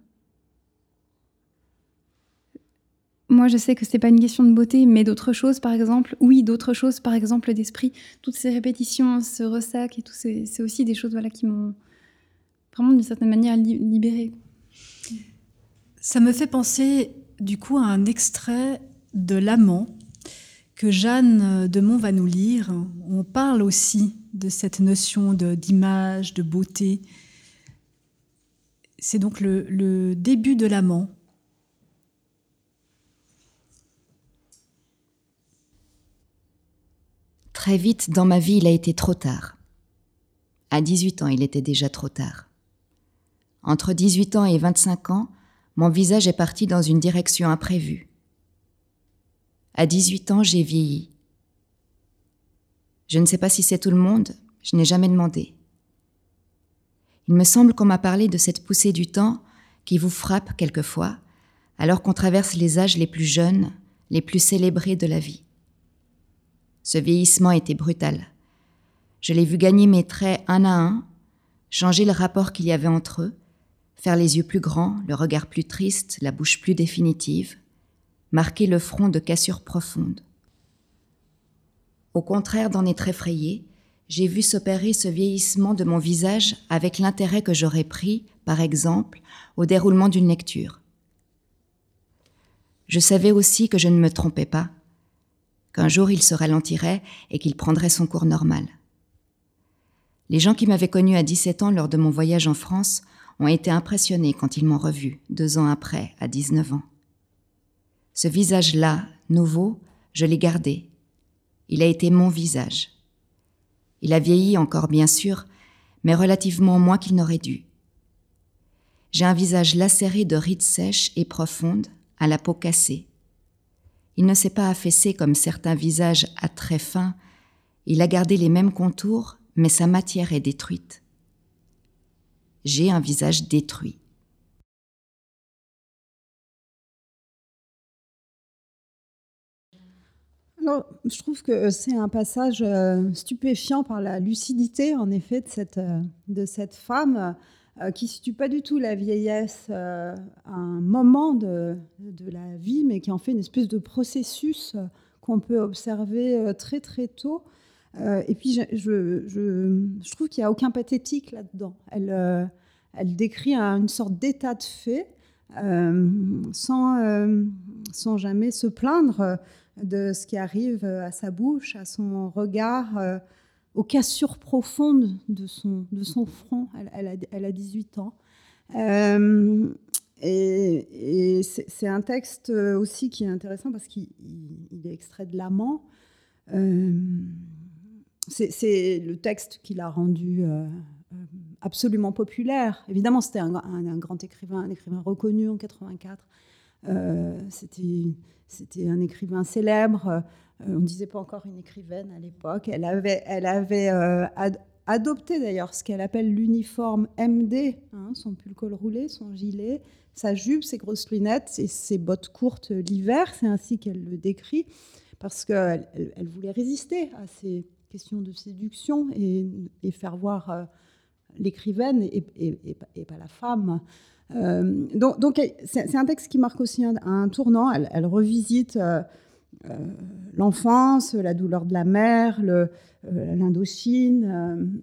moi, je sais que c'est pas une question de beauté, mais d'autre chose, par exemple. Oui, d'autre chose, par exemple, d'esprit. Toutes ces répétitions, ce ressac et tout, c'est aussi des choses qui m'ont vraiment, d'une certaine manière, libérée. Ça me fait penser, du coup, à un extrait de L'Amant que Jeanne Demont va nous lire. On parle aussi de cette notion d'image, de beauté. C'est donc le début de L'Amant. Très vite, dans ma vie, il a été trop tard. À 18 ans, il était déjà trop tard. Entre 18 ans et 25 ans, mon visage est parti dans une direction imprévue. À 18 ans, j'ai vieilli. Je ne sais pas si c'est tout le monde, je n'ai jamais demandé. Il me semble qu'on m'a parlé de cette poussée du temps qui vous frappe quelquefois, alors qu'on traverse les âges les plus jeunes, les plus célébrés de la vie. Ce vieillissement était brutal. Je l'ai vu gagner mes traits un à un, changer le rapport qu'il y avait entre eux, faire les yeux plus grands, le regard plus triste, la bouche plus définitive, marquer le front de cassures profondes. Au contraire d'en être effrayée, j'ai vu s'opérer ce vieillissement de mon visage avec l'intérêt que j'aurais pris, par exemple, au déroulement d'une lecture. Je savais aussi que je ne me trompais pas, qu'un jour il se ralentirait et qu'il prendrait son cours normal. Les gens qui m'avaient connue à 17 ans lors de mon voyage en France ont été impressionnés quand ils m'ont revue, 2 ans après, à 19 ans. Ce visage-là, nouveau, je l'ai gardé. Il a été mon visage. Il a vieilli encore, bien sûr, mais relativement moins qu'il n'aurait dû. J'ai un visage lacéré de rides sèches et profondes, à la peau cassée. Il ne s'est pas affaissé comme certains visages à traits fins. Il a gardé les mêmes contours, mais sa matière est détruite. J'ai un visage détruit. Alors, je trouve que c'est un passage stupéfiant par la lucidité, en effet, de cette femme qui ne situe pas du tout la vieillesse à un moment de la vie, mais qui en fait une espèce de processus qu'on peut observer très très tôt. Et puis, je trouve qu'il n'y a aucun pathétique là-dedans. Elle décrit une sorte d'état de fait sans jamais se plaindre de ce qui arrive à sa bouche, à son regard, aux cassures profondes de son front. Elle a 18 ans. Et c'est un texte aussi qui est intéressant parce qu'il est extrait de l'Amant. C'est le texte qui l'a rendu absolument populaire. Évidemment, c'était un grand écrivain, un écrivain reconnu en 84. C'était un écrivain célèbre. On ne disait pas encore une écrivaine à l'époque. Elle avait adopté d'ailleurs ce qu'elle appelle l'uniforme MD, son pull-col roulé, son gilet, sa jupe, ses grosses lunettes et ses bottes courtes l'hiver. C'est ainsi qu'elle le décrit, parce qu'elle voulait résister à ces questions de séduction et faire voir l'écrivaine et pas la femme. Donc c'est un texte qui marque aussi un tournant. Elle revisite l'enfance, la douleur de la mère, l'Indochine,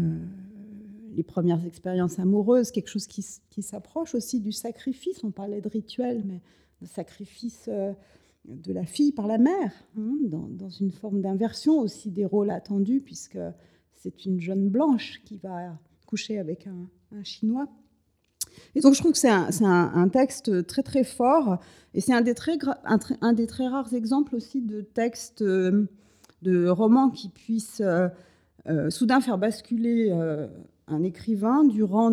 les premières expériences amoureuses, quelque chose qui s'approche aussi du sacrifice. On parlait de rituel, mais le sacrifice de la fille par la mère, dans une forme d'inversion aussi des rôles attendus, puisque c'est une jeune blanche qui va coucher avec un Chinois. Et donc, je trouve que c'est un texte très, très fort. Et c'est un des très rares exemples aussi de textes, de romans qui puissent soudain faire basculer un écrivain du rang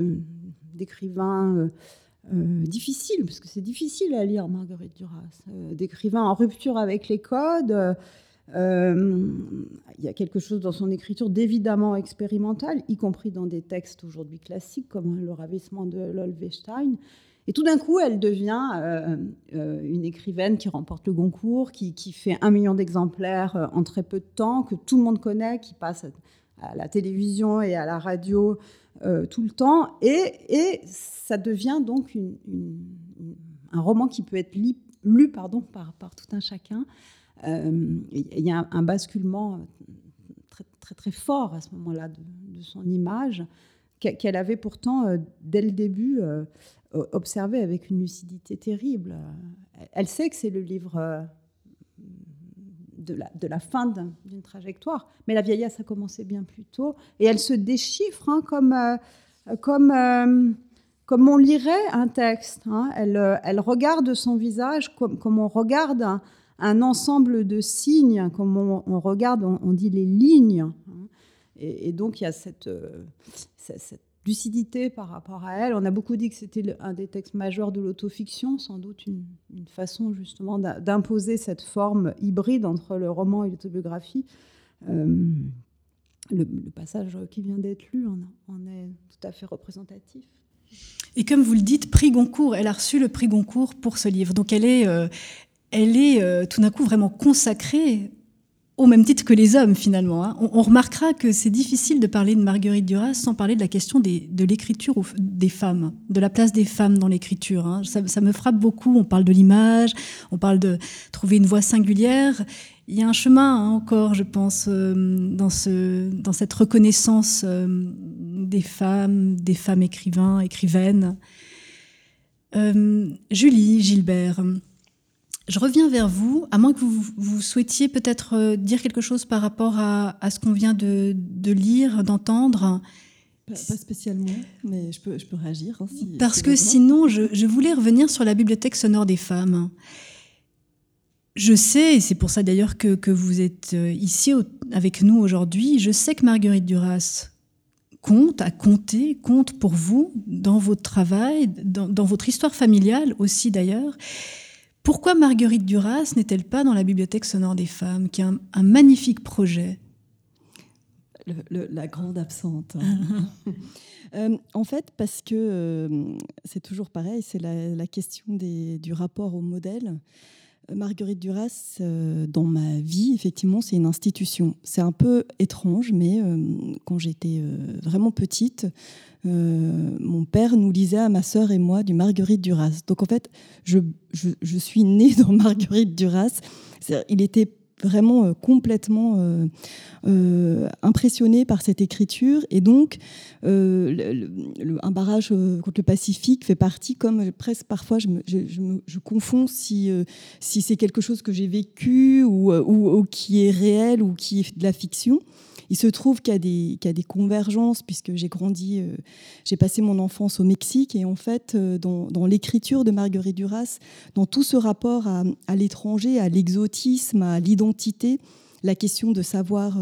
d'écrivain difficile, parce que c'est difficile à lire, Marguerite Duras, d'écrivain en rupture avec les codes. Il y a quelque chose dans son écriture d'évidemment expérimental, y compris dans des textes aujourd'hui classiques comme Le ravissement de Lolwestein. Et tout d'un coup, elle devient une écrivaine qui remporte le Goncourt, qui fait 1 million d'exemplaires en très peu de temps, que tout le monde connaît, qui passe à la télévision et à la radio tout le temps. Et ça devient donc un roman qui peut être lu par tout un chacun. Il y a un basculement très, très, très fort à ce moment-là de son image, qu'elle avait pourtant, dès le début, observé avec une lucidité terrible. Elle sait que c'est le livre de la fin d'une trajectoire, mais la vieillesse a commencé bien plus tôt, et elle se déchiffre comme on lirait un texte. Elle regarde son visage comme on regarde un ensemble de signes, comme on regarde, on dit les lignes. Et donc, il y a cette lucidité par rapport à elle. On a beaucoup dit que c'était un des textes majeurs de l'autofiction, sans doute une façon justement d'imposer cette forme hybride entre le roman et l'autobiographie. Le passage qui vient d'être lu en est tout à fait représentatif. Et comme vous le dites, prix Goncourt, elle a reçu le prix Goncourt pour ce livre. Donc elle est tout d'un coup vraiment consacrée au même titre que les hommes, finalement. On remarquera que c'est difficile de parler de Marguerite Duras sans parler de la question de l'écriture des femmes, de la place des femmes dans l'écriture. Ça me frappe beaucoup. On parle de l'image, on parle de trouver une voix singulière. Il y a un chemin encore, je pense, dans cette reconnaissance des femmes écrivaines. Julie Gilbert, je reviens vers vous, à moins que vous souhaitiez peut-être dire quelque chose par rapport à ce qu'on vient de lire, d'entendre. Pas spécialement, mais je peux réagir. Parce que sinon, je voulais revenir sur la bibliothèque sonore des femmes. Je sais, et c'est pour ça d'ailleurs que vous êtes ici avec nous aujourd'hui, je sais que Marguerite Duras compte pour vous dans votre travail, dans votre histoire familiale aussi d'ailleurs. Pourquoi Marguerite Duras n'est-elle pas dans la Bibliothèque sonore des femmes, qui est un magnifique projet ? La grande absente. En fait, parce que c'est toujours pareil, c'est la question du rapport au modèle. Marguerite Duras, dans ma vie, effectivement, c'est une institution. C'est un peu étrange, mais quand j'étais vraiment petite, mon père nous lisait à ma sœur et moi du Marguerite Duras. Donc en fait, je suis née dans Marguerite Duras. Il était vraiment complètement impressionné par cette écriture. Et donc, un barrage contre le Pacifique fait partie, comme presque parfois, je confonds si c'est quelque chose que j'ai vécu ou qui est réel ou qui est de la fiction. Il se trouve qu'il y a des convergences, puisque j'ai passé mon enfance au Mexique, et en fait, dans l'écriture de Marguerite Duras, dans tout ce rapport à l'étranger, à l'exotisme, à l'identité, la question de savoir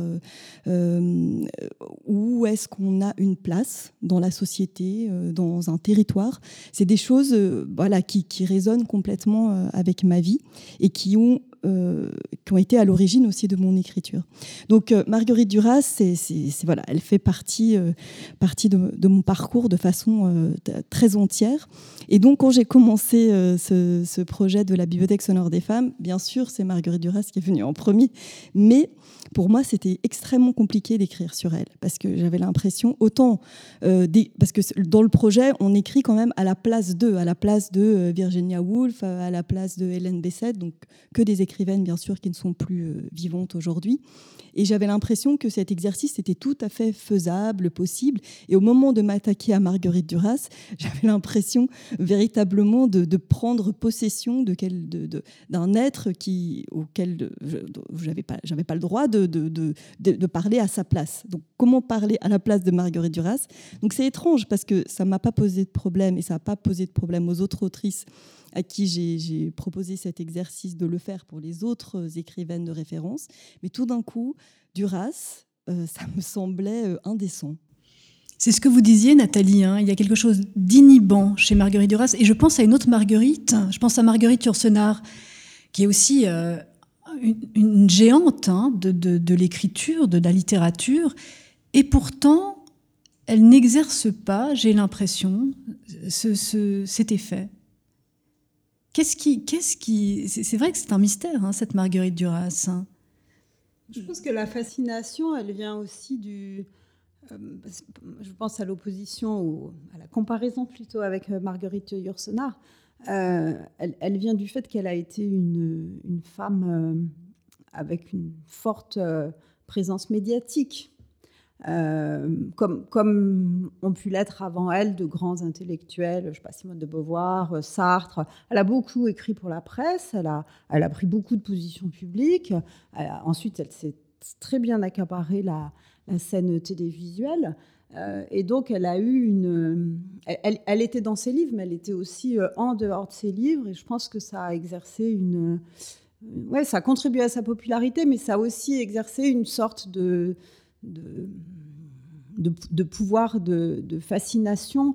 où est-ce qu'on a une place dans la société, dans un territoire, c'est des choses qui résonnent complètement avec ma vie et qui ont été à l'origine aussi de mon écriture. Donc Marguerite Duras, elle fait partie de mon parcours de façon très entière. Et donc quand j'ai commencé ce projet de la Bibliothèque sonore des femmes, bien sûr c'est Marguerite Duras qui est venue en premier, mais pour moi c'était extrêmement compliqué d'écrire sur elle, parce que j'avais l'impression, parce que dans le projet on écrit quand même à la place de Virginia Woolf, à la place de Hélène Bessette, donc que des écrivaines bien sûr qui ne sont plus vivantes aujourd'hui. Et j'avais l'impression que cet exercice était tout à fait faisable, possible. Et au moment de m'attaquer à Marguerite Duras, j'avais l'impression véritablement de prendre possession d'un être auquel j'avais pas le droit de parler à sa place. Donc comment parler à la place de Marguerite Duras ? Donc c'est étrange, parce que ça m'a pas posé de problème, et ça n'a pas posé de problème aux autres autrices à qui j'ai proposé cet exercice de le faire pour les autres écrivaines de référence. Mais tout d'un coup, Duras, ça me semblait indécent. C'est ce que vous disiez, Nathalie, hein. Il y a quelque chose d'inhibant chez Marguerite Duras. Et je pense à une autre Marguerite, je pense à Marguerite Yourcenar, qui est aussi une géante de l'écriture, de la littérature. Et pourtant, elle n'exerce pas, j'ai l'impression, cet effet. C'est vrai que c'est un mystère, hein, cette Marguerite Duras. Hein. Je pense que la fascination, elle vient aussi je pense à l'opposition, ou à la comparaison plutôt avec Marguerite Yourcenar. Elle vient du fait qu'elle a été une femme avec une forte présence médiatique. Comme ont pu l'être avant elle de grands intellectuels, je sais pas, Simone de Beauvoir, Sartre. Elle a beaucoup écrit pour la presse, elle a pris beaucoup de positions publiques. Ensuite, elle s'est très bien accaparé la scène télévisuelle. Et donc, elle a eu elle était dans ses livres, mais elle était aussi en dehors de ses livres. Et je pense que ça a exercé ça a contribué à sa popularité, mais ça a aussi exercé une sorte de pouvoir, de fascination.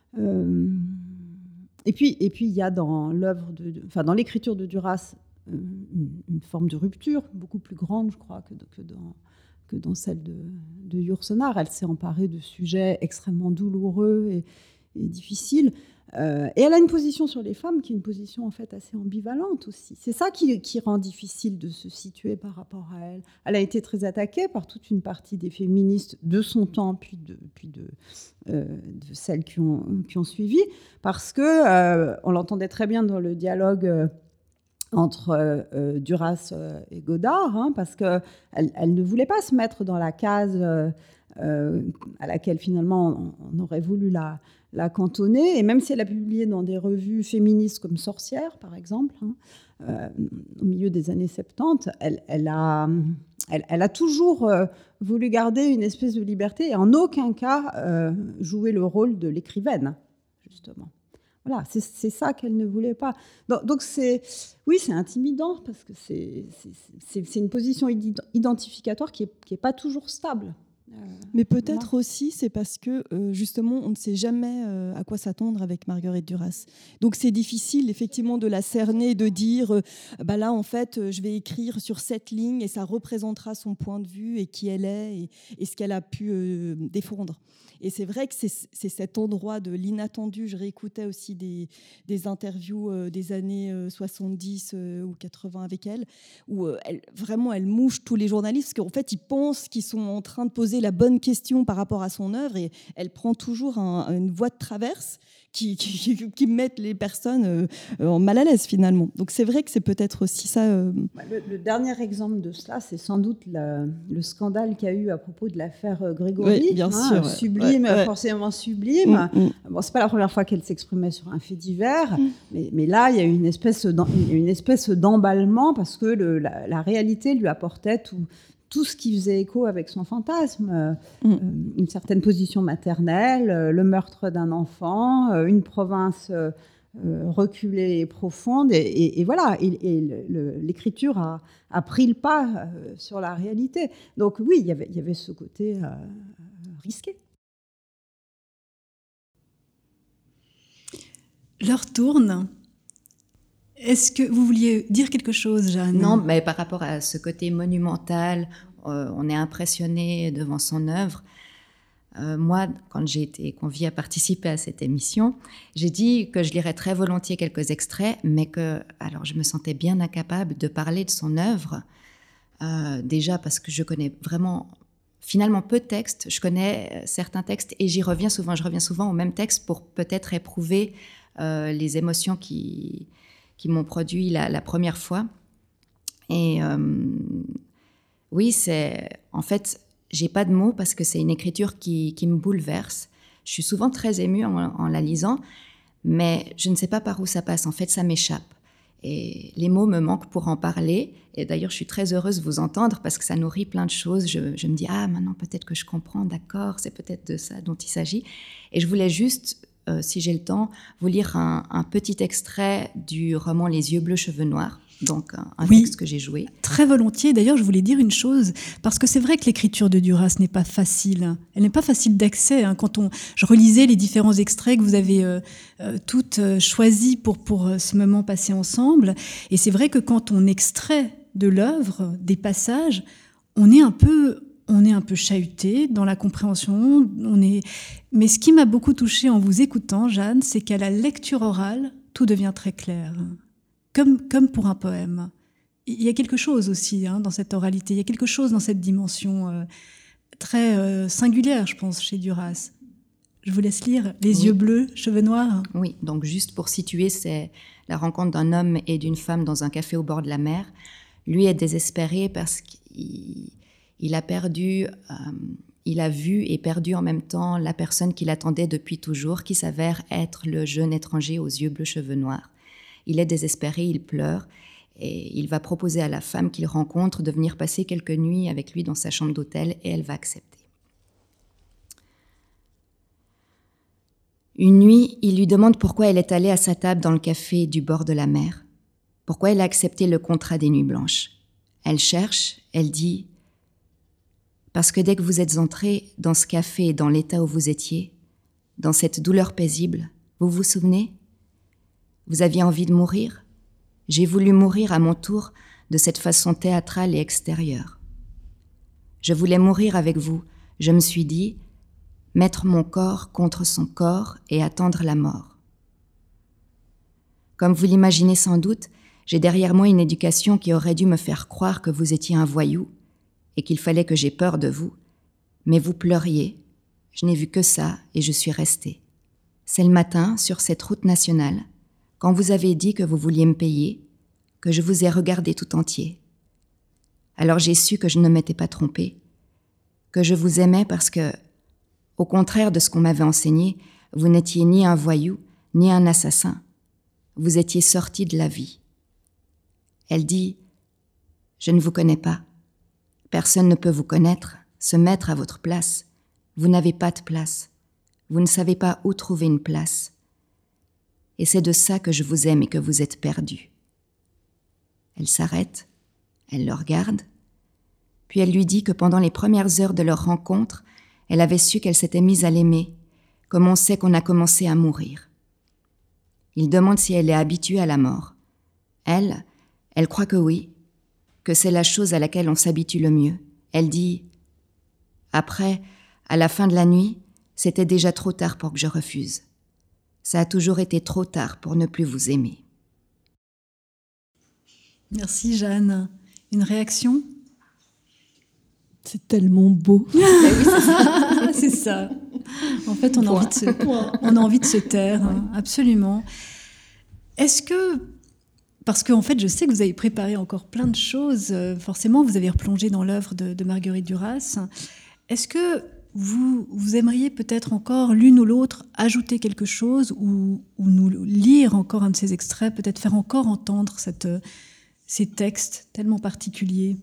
Et puis il y a dans l'œuvre dans l'écriture de Duras une forme de rupture beaucoup plus grande, je crois, que dans celle de Yourcenar. Elle s'est emparée de sujets extrêmement douloureux et difficiles. Et elle a une position sur les femmes qui est une position en fait assez ambivalente aussi. C'est ça qui rend difficile de se situer par rapport à elle. Elle a été très attaquée par toute une partie des féministes de son temps, puis de celles qui ont suivi, parce que on l'entendait très bien dans le dialogue entre Duras et Godard, hein, parce qu'elle ne voulait pas se mettre dans la case à laquelle finalement on aurait voulu la cantonner. Et même si elle a publié dans des revues féministes comme Sorcière, par exemple, hein, au milieu des années 70, elle a toujours voulu garder une espèce de liberté et en aucun cas jouer le rôle de l'écrivaine, justement. Voilà, c'est ça qu'elle ne voulait pas. Donc c'est intimidant, parce que c'est une position identificatoire qui est pas toujours stable. Mais peut-être aussi, c'est parce que justement, on ne sait jamais à quoi s'attendre avec Marguerite Duras. Donc c'est difficile effectivement de la cerner, de dire, là en fait, je vais écrire sur cette ligne et ça représentera son point de vue et qui elle est et ce qu'elle a pu défendre. Et c'est vrai que c'est cet endroit de l'inattendu. Je réécoutais aussi des interviews des années 70 ou 80 avec elle, où elle mouche tous les journalistes, parce qu'en fait, ils pensent qu'ils sont en train de poser la bonne question par rapport à son œuvre, et elle prend toujours une voie de traverse qui mettent les personnes en mal à l'aise, finalement. Donc c'est vrai que c'est peut-être aussi ça. Le dernier exemple de cela, c'est sans doute le scandale qu'il y a eu à propos de l'affaire Grégory. Oui, bien sûr. Sublime, forcément sublime. Bon, c'est pas la première fois qu'elle s'exprimait sur un fait divers, mais là, il y a eu une espèce d'emballement parce que la réalité lui apportait tout ce qui faisait écho avec son fantasme, une certaine position maternelle, le meurtre d'un enfant, une province reculée et profonde, et voilà, l'écriture a pris le pas sur la réalité. Donc oui, il y avait ce côté risqué. L'heure tourne. Est-ce que vous vouliez dire quelque chose, Jeanne ? Non, mais par rapport à ce côté monumental, on est impressionné devant son œuvre. Moi, quand j'ai été conviée à participer à cette émission, j'ai dit que je lirais très volontiers quelques extraits, mais que alors je me sentais bien incapable de parler de son œuvre, déjà parce que je connais vraiment finalement peu de textes. Je connais certains textes et je reviens souvent au même texte pour peut-être éprouver les émotions qui m'ont produit la première fois. Et oui, en fait, j'ai pas de mots parce que c'est une écriture qui me bouleverse. Je suis souvent très émue en la lisant, mais je ne sais pas par où ça passe. En fait, ça m'échappe. Et les mots me manquent pour en parler. Et d'ailleurs, je suis très heureuse de vous entendre parce que ça nourrit plein de choses. Je me dis, maintenant, peut-être que je comprends, d'accord, c'est peut-être de ça dont il s'agit. Et je voulais juste, si j'ai le temps, vous lire un petit extrait du roman Les yeux bleus, cheveux noirs. Donc, un texte que j'ai joué. Très volontiers. D'ailleurs, je voulais dire une chose, parce que c'est vrai que l'écriture de Duras n'est pas facile. Elle n'est pas facile d'accès. Quand je relisais les différents extraits que vous avez toutes choisis pour ce moment passé ensemble, et c'est vrai que quand on extrait de l'œuvre des passages, on est un peu chahuté dans la compréhension. Mais ce qui m'a beaucoup touchée en vous écoutant, Jeanne, c'est qu'à la lecture orale, tout devient très clair. Comme pour un poème. Il y a quelque chose aussi dans cette oralité, il y a quelque chose dans cette dimension très singulière, je pense, chez Duras. Je vous laisse lire « Les yeux bleus, cheveux noirs ». Oui, donc juste pour situer, c'est la rencontre d'un homme et d'une femme dans un café au bord de la mer. Lui est désespéré parce qu'il a perdu, il a vu et perdu en même temps la personne qu'il attendait depuis toujours, qui s'avère être le jeune étranger aux yeux bleus, cheveux noirs. Il est désespéré, il pleure et il va proposer à la femme qu'il rencontre de venir passer quelques nuits avec lui dans sa chambre d'hôtel et elle va accepter. Une nuit, il lui demande pourquoi elle est allée à sa table dans le café du bord de la mer, pourquoi elle a accepté le contrat des nuits blanches. Elle cherche, elle dit « Parce que dès que vous êtes entré dans ce café, dans l'état où vous étiez, dans cette douleur paisible, vous vous souvenez ? Vous aviez envie de mourir ? J'ai voulu mourir à mon tour de cette façon théâtrale et extérieure. Je voulais mourir avec vous. Je me suis dit, mettre mon corps contre son corps et attendre la mort. Comme vous l'imaginez sans doute, j'ai derrière moi une éducation qui aurait dû me faire croire que vous étiez un voyou et qu'il fallait que j'aie peur de vous. Mais vous pleuriez. Je n'ai vu que ça et je suis restée. C'est le matin, sur cette route nationale, quand vous avez dit que vous vouliez me payer, que je vous ai regardé tout entier. Alors j'ai su que je ne m'étais pas trompée, que je vous aimais parce que, au contraire de ce qu'on m'avait enseigné, vous n'étiez ni un voyou, ni un assassin. Vous étiez sorti de la vie. Elle dit, « Je ne vous connais pas. Personne ne peut vous connaître, se mettre à votre place. Vous n'avez pas de place. Vous ne savez pas où trouver une place. Et c'est de ça que je vous aime et que vous êtes perdu. » Elle s'arrête, elle le regarde, puis elle lui dit que pendant les premières heures de leur rencontre, Elle avait su qu'elle s'était mise à l'aimer, comme on sait qu'on a commencé à mourir. Il demande si elle est habituée à la mort. Elle croit que oui, que c'est la chose à laquelle on s'habitue le mieux. Elle dit « Après, à la fin de la nuit, c'était déjà trop tard pour que je refuse. Ça a toujours été trop tard pour ne plus vous aimer. » Merci Jeanne. Une réaction? C'est tellement beau. Oui, c'est ça. En fait, on a envie de se taire, hein, absolument. Est-ce que, parce qu'en fait, je sais que vous avez préparé encore plein de choses, forcément, vous avez replongé dans l'œuvre de Marguerite Duras. Est-ce que vous aimeriez peut-être encore, l'une ou l'autre, ajouter quelque chose ou nous lire encore un de ces extraits, peut-être faire encore entendre ces textes tellement particuliers?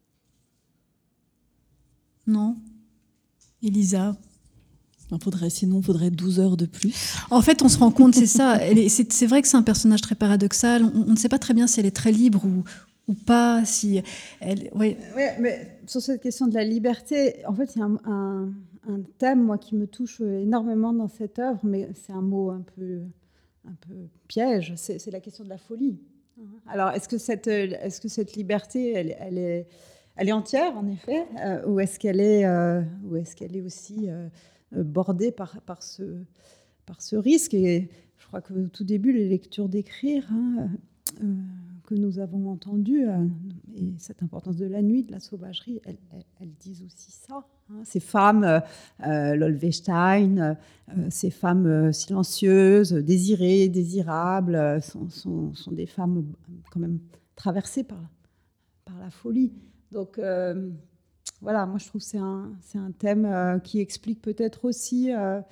Non? Elisa? Sinon, il faudrait 12 heures de plus. En fait, on se rend compte, c'est ça. C'est vrai que c'est un personnage très paradoxal. On ne sait pas très bien si elle est très libre ou pas. Si elle, oui, mais sur cette question de la liberté, en fait, il y a un thème, moi, qui me touche énormément dans cette œuvre, mais c'est un mot un peu piège. C'est la question de la folie. Alors, est-ce que cette liberté, elle est entière, en effet, ou est-ce qu'elle est aussi bordée par ce risque? Et je crois qu'au tout début, les lectures d'écrire que nous avons entendues, et cette importance de la nuit, de la sauvagerie, elles disent aussi ça. Ces femmes, l'Olvestein, ces femmes silencieuses, désirées, désirables, sont des femmes quand même traversées par la folie. Donc voilà, moi je trouve que c'est un thème qui explique peut-être aussi la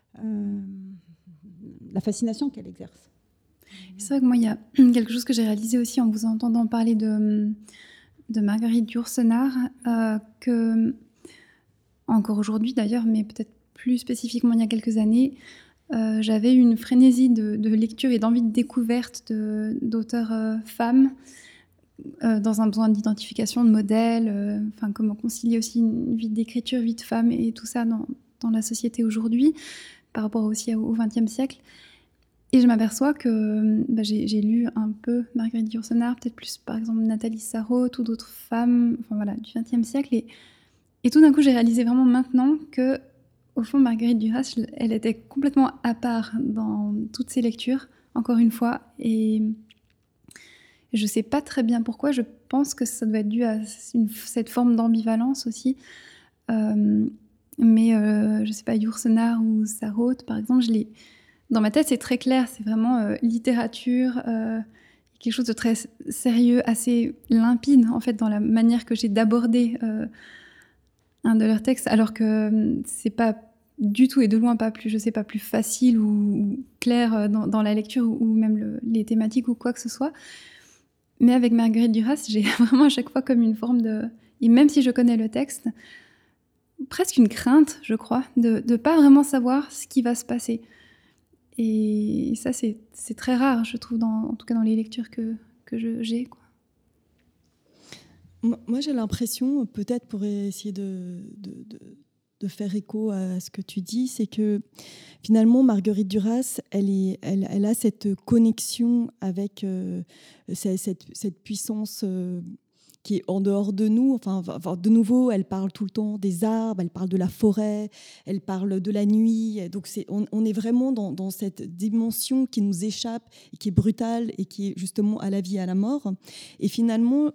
fascination qu'elle exerce. C'est vrai que moi, il y a quelque chose que j'ai réalisé aussi en vous entendant parler de Marguerite Yourcenar, que, encore aujourd'hui d'ailleurs, mais peut-être plus spécifiquement il y a quelques années, j'avais une frénésie de lecture et d'envie de découverte d'auteurs femmes, dans un besoin d'identification, de modèles, comment concilier aussi une vie d'écriture, vie de femme et tout ça dans la société aujourd'hui, par rapport aussi au XXe siècle. Et je m'aperçois que j'ai lu un peu Marguerite Yourcenar, peut-être plus par exemple Nathalie Sarraute ou d'autres femmes du XXe siècle. Et tout d'un coup, j'ai réalisé vraiment maintenant que, au fond, Marguerite Duras, elle était complètement à part dans toutes ses lectures, encore une fois. Et je ne sais pas très bien pourquoi. Je pense que ça doit être dû à cette forme d'ambivalence aussi. Mais je ne sais pas, Yourcenar ou Sarraute, par exemple, dans ma tête, c'est très clair. C'est vraiment littérature, quelque chose de très sérieux, assez limpide, en fait, dans la manière que j'ai d'aborder un de leurs textes, alors que c'est pas du tout et de loin pas plus facile ou clair dans la lecture ou même les thématiques ou quoi que ce soit. Mais avec Marguerite Duras, j'ai vraiment à chaque fois comme une forme de... Et même si je connais le texte, presque une crainte, je crois, de ne pas vraiment savoir ce qui va se passer. Et ça, c'est très rare, je trouve, en tout cas dans les lectures que j'ai, quoi. Moi, j'ai l'impression, peut-être pour essayer de faire écho à ce que tu dis, c'est que finalement, Marguerite Duras, elle a cette connexion avec cette puissance qui est en dehors de nous. Enfin, de nouveau, elle parle tout le temps des arbres, elle parle de la forêt, elle parle de la nuit. Donc, on est vraiment dans cette dimension qui nous échappe, et qui est brutale et qui est justement à la vie et à la mort. Et finalement,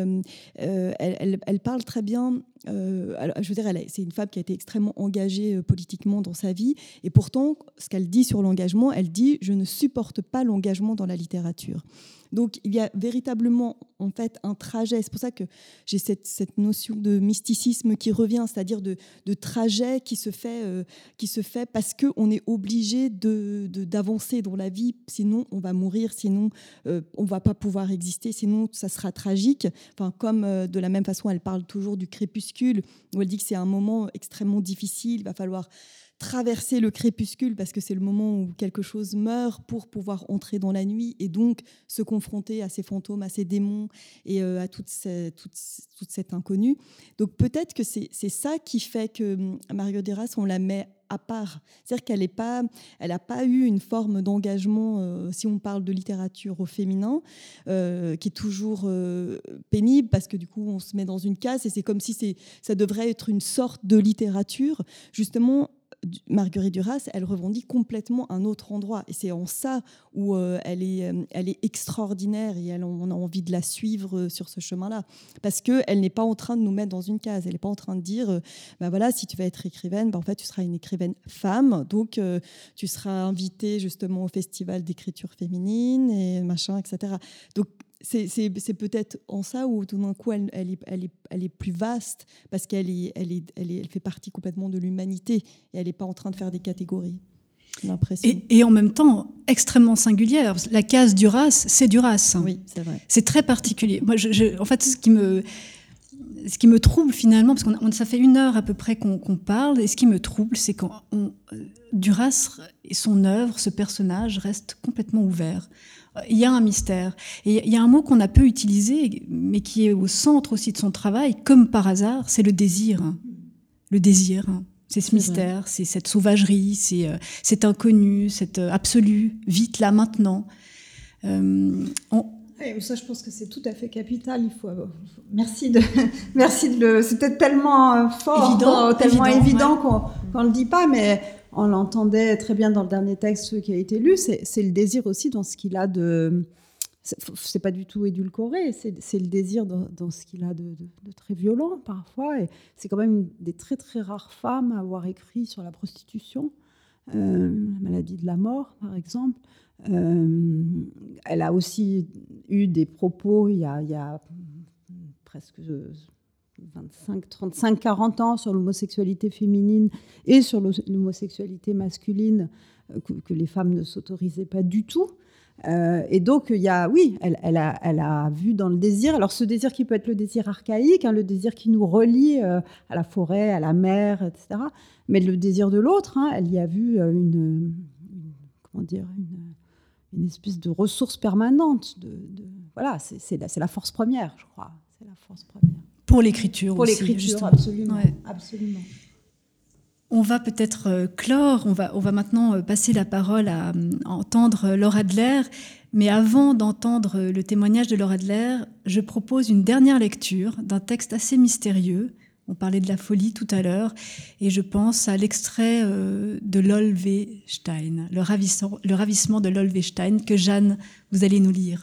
elle parle très bien. Je veux dire, c'est une femme qui a été extrêmement engagée politiquement dans sa vie. Et pourtant, ce qu'elle dit sur l'engagement, elle dit « Je ne supporte pas l'engagement dans la littérature ». Donc, il y a véritablement, en fait, un trajet. C'est pour ça que j'ai cette notion de mysticisme qui revient, c'est-à-dire de trajet qui se fait parce qu'on est obligé d'avancer dans la vie. Sinon, on va mourir. Sinon, on ne va pas pouvoir exister. Sinon, ça sera tragique. Enfin, comme de la même façon, elle parle toujours du crépuscule, où elle dit que c'est un moment extrêmement difficile. Il va falloir traverser le crépuscule parce que c'est le moment où quelque chose meurt pour pouvoir entrer dans la nuit et donc se confronter à ces fantômes, à ces démons et à toute cette inconnue. Donc peut-être que c'est ça qui fait que Marguerite Duras, on la met à part. C'est-à-dire qu'elle n'a pas eu une forme d'engagement, si on parle de littérature au féminin, qui est toujours pénible parce que du coup on se met dans une case et c'est comme si ça devrait être une sorte de littérature. Justement, Marguerite Duras, elle revendique complètement un autre endroit. Et c'est en ça où elle est extraordinaire et on a envie de la suivre sur ce chemin-là. Parce qu'elle n'est pas en train de nous mettre dans une case. Elle n'est pas en train de dire, voilà, si tu vas être écrivaine, en fait, tu seras une écrivaine femme. Donc, tu seras invitée justement au festival d'écriture féminine et machin, etc. Donc, c'est peut-être en ça où tout d'un coup elle est plus vaste parce qu'elle fait partie complètement de l'humanité et elle n'est pas en train de faire des catégories. L'impression. Et en même temps extrêmement singulière. La case Duras, c'est Duras. Oui, c'est vrai. C'est très particulier. Moi, en fait, ce qui me trouble finalement, parce que ça fait 1 heure à peu près qu'on parle, et ce qui me trouble, c'est que Duras et son œuvre, ce personnage, reste complètement ouvert. Il y a un mystère. Et il y a un mot qu'on a peu utilisé, mais qui est au centre aussi de son travail, comme par hasard, c'est le désir. Le désir, c'est ce mystère, c'est cette sauvagerie, c'est cet inconnu, cet absolu, vite là, maintenant. Ça, je pense que c'est tout à fait capital. Il faut. Merci de le. C'est peut-être tellement fort, tellement évident qu'on le dit pas, mais on l'entendait très bien dans le dernier texte qui a été lu. C'est le désir aussi dans ce qu'il a de. C'est pas du tout édulcoré. C'est le désir dans ce qu'il a de très violent parfois. Et c'est quand même une des très très rares femmes à avoir écrit sur la prostitution, la maladie de la mort, par exemple. Elle a aussi eu des propos il y a presque 25, 35, 40 ans sur l'homosexualité féminine et sur l'homosexualité masculine que les femmes ne s'autorisaient pas du tout. Et donc, elle a vu dans le désir, alors ce désir qui peut être le désir archaïque, le désir qui nous relie à la forêt, à la mer, etc. Mais le désir de l'autre, elle y a vu une espèce de ressource permanente. Voilà, c'est la force première, je crois. C'est la force première. Pour l'écriture aussi. Pour l'écriture, justement. Absolument. Ouais. Absolument. On va peut-être clore, on va maintenant passer la parole à entendre Laure Adler. Mais avant d'entendre le témoignage de Laure Adler, je propose une dernière lecture d'un texte assez mystérieux. On parlait de la folie tout à l'heure, et je pense à l'extrait de l'Olvestein, le ravissement de l'Olvestein, que Jeanne, vous allez nous lire.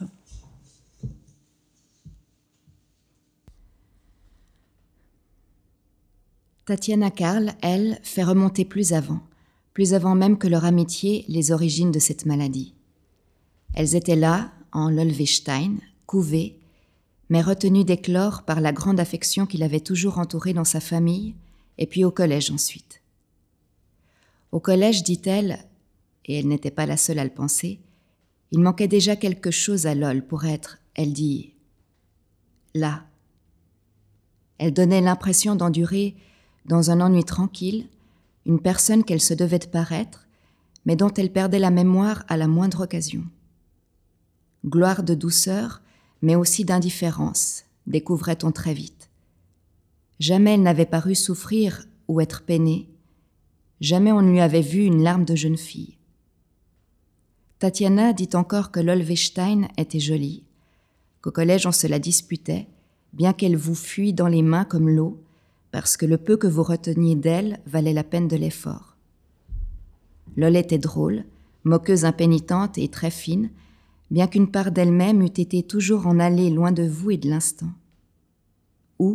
Tatiana Karl, elle, fait remonter plus avant même que leur amitié, les origines de cette maladie. Elles étaient là, en l'Olvestein, couvées, mais retenues d'éclore par la grande affection qui l'avait toujours entourée dans sa famille, et puis au collège ensuite. Au collège, dit-elle, et elle n'était pas la seule à le penser, il manquait déjà quelque chose à Lol pour être, elle dit, là. Elle donnait l'impression d'endurer, dans un ennui tranquille, une personne qu'elle se devait de paraître, mais dont elle perdait la mémoire à la moindre occasion. Gloire de douceur, mais aussi d'indifférence, découvrait-on très vite. Jamais elle n'avait paru souffrir ou être peinée, jamais on ne lui avait vu une larme de jeune fille. Tatiana dit encore que l'Olvestein était jolie, qu'au collège on se la disputait, bien qu'elle vous fuit dans les mains comme l'eau, parce que le peu que vous reteniez d'elle valait la peine de l'effort. Lol était drôle, moqueuse impénitente et très fine, bien qu'une part d'elle-même eût été toujours en allée loin de vous et de l'instant. Où ?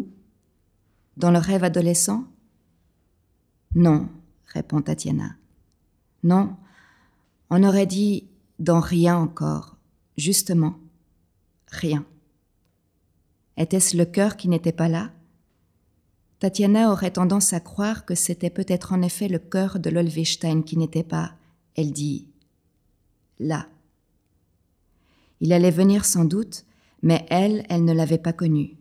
Dans le rêve adolescent ? Non, répond Tatiana. Non, on aurait dit dans rien encore, justement, rien. Était-ce le cœur qui n'était pas là ? Tatiana aurait tendance à croire que c'était peut-être en effet le cœur de l'Olvestein qui n'était pas, elle dit, là. Il allait venir sans doute, mais elle ne l'avait pas connu.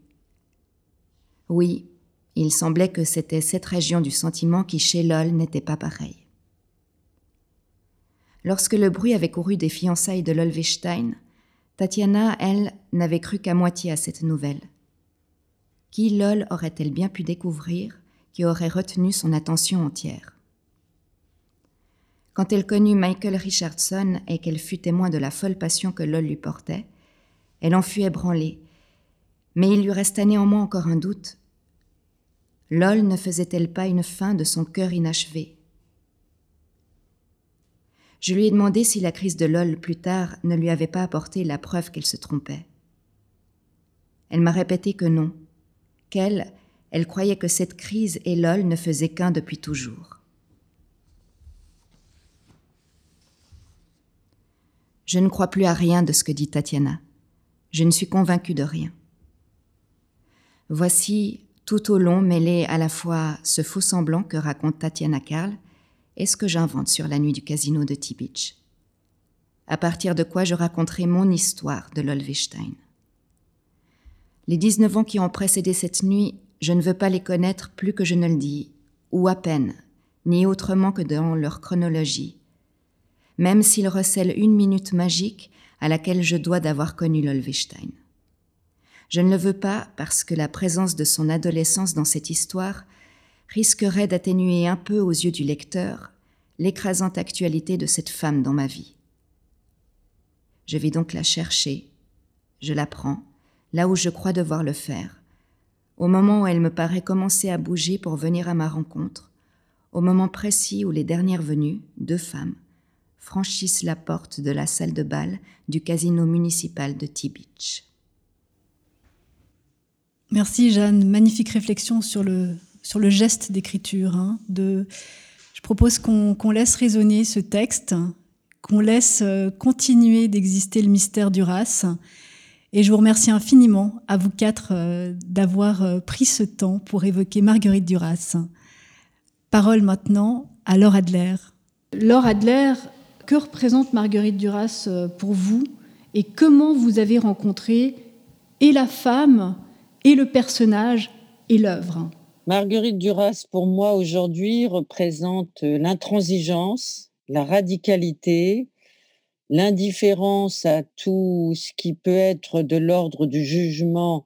Oui, il semblait que c'était cette région du sentiment qui, chez Lol, n'était pas pareille. Lorsque le bruit avait couru des fiançailles de Lolwestein, Tatiana, elle, n'avait cru qu'à moitié à cette nouvelle. Qui Lol aurait-elle bien pu découvrir qui aurait retenu son attention entière? Quand elle connut Michael Richardson et qu'elle fut témoin de la folle passion que Lol lui portait, elle en fut ébranlée, mais il lui resta néanmoins encore un doute. Lol ne faisait-elle pas une fin de son cœur inachevé? Je lui ai demandé si la crise de Lol, plus tard, ne lui avait pas apporté la preuve qu'elle se trompait. Elle m'a répété que non, elle croyait que cette crise et Lol ne faisaient qu'un depuis toujours. Je ne crois plus à rien de ce que dit Tatiana. Je ne suis convaincue de rien. Voici, tout au long, mêlé à la fois ce faux semblant que raconte Tatiana Karl et ce que j'invente sur la nuit du casino de T-Beach. À partir de quoi je raconterai mon histoire de Lolwestein. Les 19 ans qui ont précédé cette nuit, je ne veux pas les connaître plus que je ne le dis, ou à peine, ni autrement que dans leur chronologie, même s'ils recèlent une minute magique à laquelle je dois d'avoir connu Lolwestein. Je ne le veux pas parce que la présence de son adolescence dans cette histoire risquerait d'atténuer un peu aux yeux du lecteur l'écrasante actualité de cette femme dans ma vie. Je vais donc la chercher, je la prends, là où je crois devoir le faire, au moment où elle me paraît commencer à bouger pour venir à ma rencontre, au moment précis où les dernières venues, 2 femmes, franchissent la porte de la salle de bal du casino municipal de T-Beach. Merci Jeanne, magnifique réflexion sur le geste d'écriture. Je propose qu'on laisse résonner ce texte, qu'on laisse continuer d'exister le mystère Duras. Et je vous remercie infiniment, à vous 4, d'avoir pris ce temps pour évoquer Marguerite Duras. Parole maintenant à Laure Adler. Laure Adler, que représente Marguerite Duras pour vous et comment vous avez rencontré et la femme et le personnage et l'œuvre? Marguerite Duras, pour moi, aujourd'hui, représente l'intransigeance, la radicalité, l'indifférence à tout ce qui peut être de l'ordre du jugement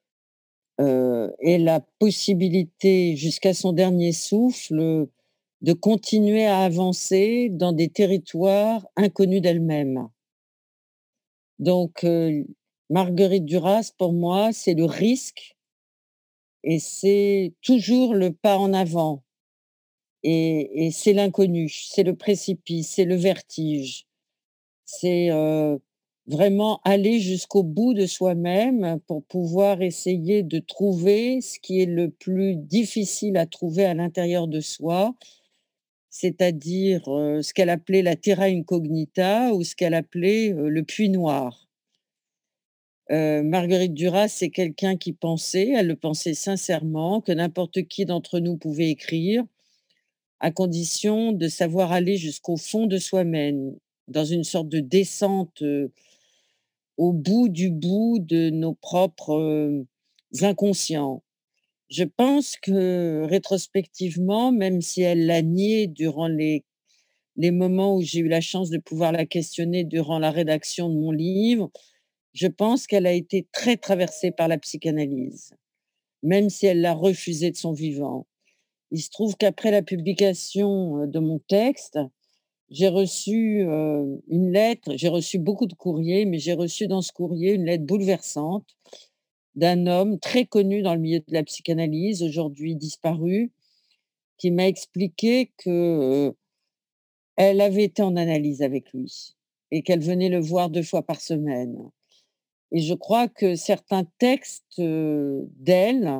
et la possibilité, jusqu'à son dernier souffle, de continuer à avancer dans des territoires inconnus d'elle-même. Donc, Marguerite Duras, pour moi, c'est le risque et c'est toujours le pas en avant. Et c'est l'inconnu, c'est le précipice, c'est le vertige. C'est vraiment aller jusqu'au bout de soi-même pour pouvoir essayer de trouver ce qui est le plus difficile à trouver à l'intérieur de soi, c'est-à-dire ce qu'elle appelait la terra incognita ou ce qu'elle appelait le puits noir. Marguerite Duras, c'est quelqu'un qui pensait, elle le pensait sincèrement, que n'importe qui d'entre nous pouvait écrire, à condition de savoir aller jusqu'au fond de soi-même, dans une sorte de descente au bout du bout de nos propres inconscients. Je pense que rétrospectivement, même si elle l'a nié durant les moments où j'ai eu la chance de pouvoir la questionner durant la rédaction de mon livre, je pense qu'elle a été très traversée par la psychanalyse, même si elle l'a refusée de son vivant. Il se trouve qu'après la publication de mon texte, j'ai reçu une lettre, j'ai reçu beaucoup de courriers, mais j'ai reçu dans ce courrier une lettre bouleversante d'un homme très connu dans le milieu de la psychanalyse, aujourd'hui disparu, qui m'a expliqué que elle avait été en analyse avec lui et qu'elle venait le voir 2 fois par semaine. Et je crois que certains textes d'elle,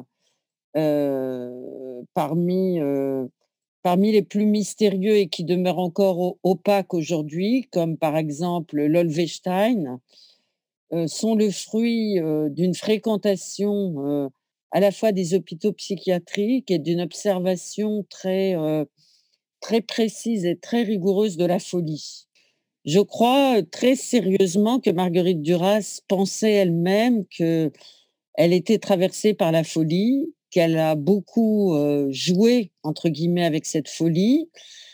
parmi les plus mystérieux et qui demeurent encore opaques aujourd'hui, comme par exemple Lolwestein, sont le fruit d'une fréquentation à la fois des hôpitaux psychiatriques et d'une observation très précise et très rigoureuse de la folie. Je crois très sérieusement que Marguerite Duras pensait elle-même qu'elle était traversée par la folie, qu'elle a beaucoup joué entre guillemets avec cette folie,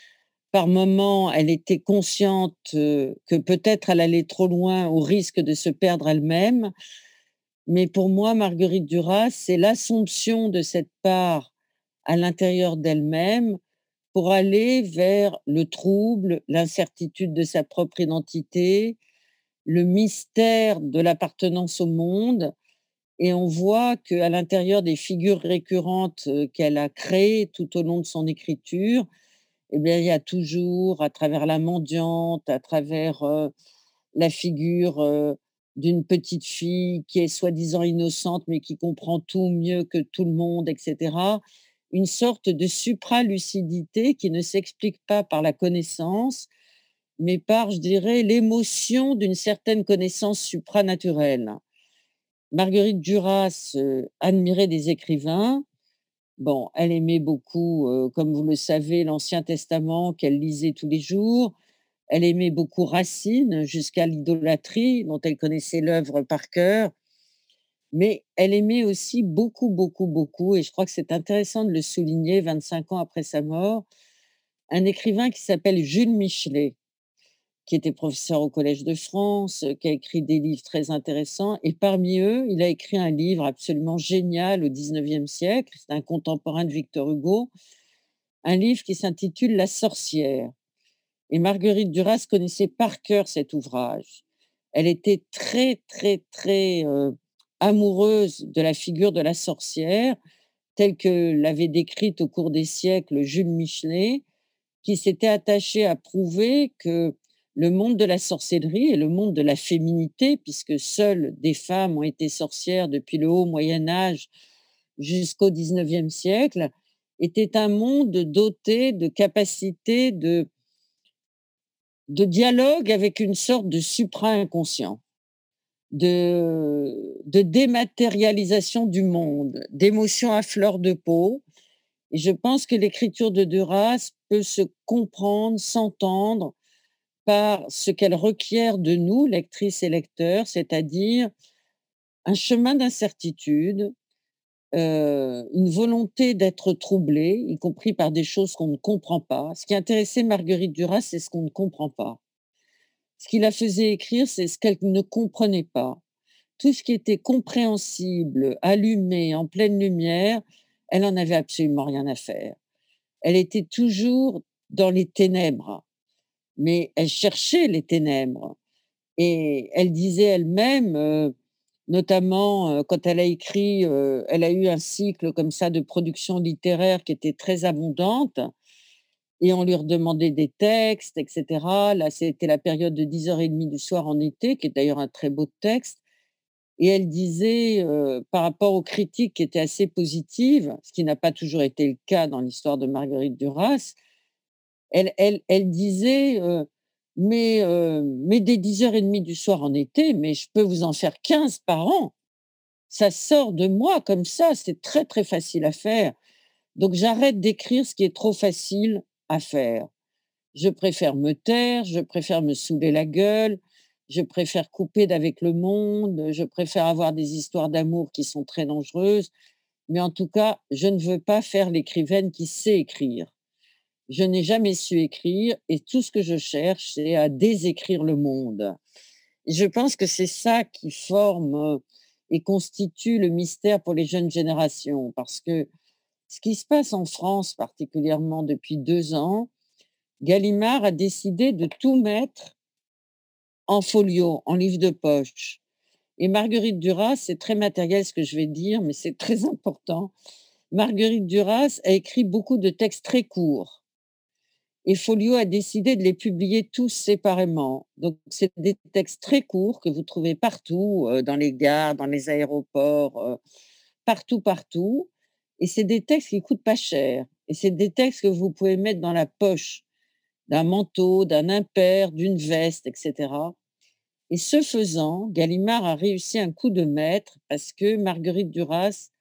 par moments, elle était consciente que peut-être elle allait trop loin au risque de se perdre elle-même. Mais pour moi, Marguerite Duras, c'est l'assomption de cette part à l'intérieur d'elle-même pour aller vers le trouble, l'incertitude de sa propre identité, le mystère de l'appartenance au monde. Et on voit qu'à l'intérieur des figures récurrentes qu'elle a créées tout au long de son écriture, eh bien, il y a toujours, à travers la mendiante, à travers la figure d'une petite fille qui est soi-disant innocente, mais qui comprend tout mieux que tout le monde, etc. Une sorte de supralucidité qui ne s'explique pas par la connaissance, mais par, je dirais, l'émotion d'une certaine connaissance supranaturelle. Marguerite Duras admirait des écrivains. Bon, elle aimait beaucoup, comme vous le savez, l'Ancien Testament qu'elle lisait tous les jours. Elle aimait beaucoup Racine, jusqu'à l'idolâtrie, dont elle connaissait l'œuvre par cœur. Mais elle aimait aussi beaucoup, beaucoup, beaucoup, et je crois que c'est intéressant de le souligner 25 ans après sa mort, un écrivain qui s'appelle Jules Michelet, qui était professeur au Collège de France, qui a écrit des livres très intéressants. Et parmi eux, il a écrit un livre absolument génial au 19e siècle. C'est un contemporain de Victor Hugo, un livre qui s'intitule La sorcière. Et Marguerite Duras connaissait par cœur cet ouvrage. Elle était très, très, très amoureuse de la figure de la sorcière, telle que l'avait décrite au cours des siècles Jules Michelet, qui s'était attaché à prouver que le monde de la sorcellerie et le monde de la féminité, puisque seules des femmes ont été sorcières depuis le haut Moyen Âge jusqu'au 19e siècle, était un monde doté de capacités de dialogue avec une sorte de supra-inconscient, de dématérialisation du monde, d'émotions à fleur de peau. Et je pense que l'écriture de Duras peut se comprendre, s'entendre par ce qu'elle requiert de nous, lectrices et lecteurs, c'est-à-dire un chemin d'incertitude, une volonté d'être troublé, y compris par des choses qu'on ne comprend pas. Ce qui intéressait Marguerite Duras, c'est ce qu'on ne comprend pas. Ce qui la faisait écrire, c'est ce qu'elle ne comprenait pas. Tout ce qui était compréhensible, allumé, en pleine lumière, elle en avait absolument rien à faire. Elle était toujours dans les ténèbres, mais elle cherchait les ténèbres. Et elle disait elle-même, notamment quand elle a écrit, elle a eu un cycle comme ça de production littéraire qui était très abondante, et on lui redemandait des textes, etc. Là, c'était la période de 10h30 du soir en été, qui est d'ailleurs un très beau texte. Et elle disait, par rapport aux critiques qui étaient assez positives, ce qui n'a pas toujours été le cas dans l'histoire de Marguerite Duras, elle disait, mais dès 10h30 du soir en été, mais je peux vous en faire 15 par an. Ça sort de moi comme ça, c'est très, très facile à faire. Donc j'arrête d'écrire ce qui est trop facile à faire. Je préfère me taire, je préfère me saouler la gueule, je préfère couper d'avec le monde, je préfère avoir des histoires d'amour qui sont très dangereuses, mais en tout cas, je ne veux pas faire l'écrivaine qui sait écrire. Je n'ai jamais su écrire et tout ce que je cherche, c'est à désécrire le monde. Et je pense que c'est ça qui forme, et constitue le mystère pour les jeunes générations, parce que ce qui se passe en France, particulièrement depuis 2 ans, Gallimard a décidé de tout mettre en folio, en livre de poche. Et Marguerite Duras, c'est très matériel ce que je vais dire, mais c'est très important. Marguerite Duras a écrit beaucoup de textes très courts. Et Folio a décidé de les publier tous séparément. Donc, c'est des textes très courts que vous trouvez partout, dans les gares, dans les aéroports, partout, partout. Et c'est des textes qui coûtent pas cher. Et c'est des textes que vous pouvez mettre dans la poche d'un manteau, d'un impair, d'une veste, etc. Et ce faisant, Gallimard a réussi un coup de maître parce que Marguerite Duras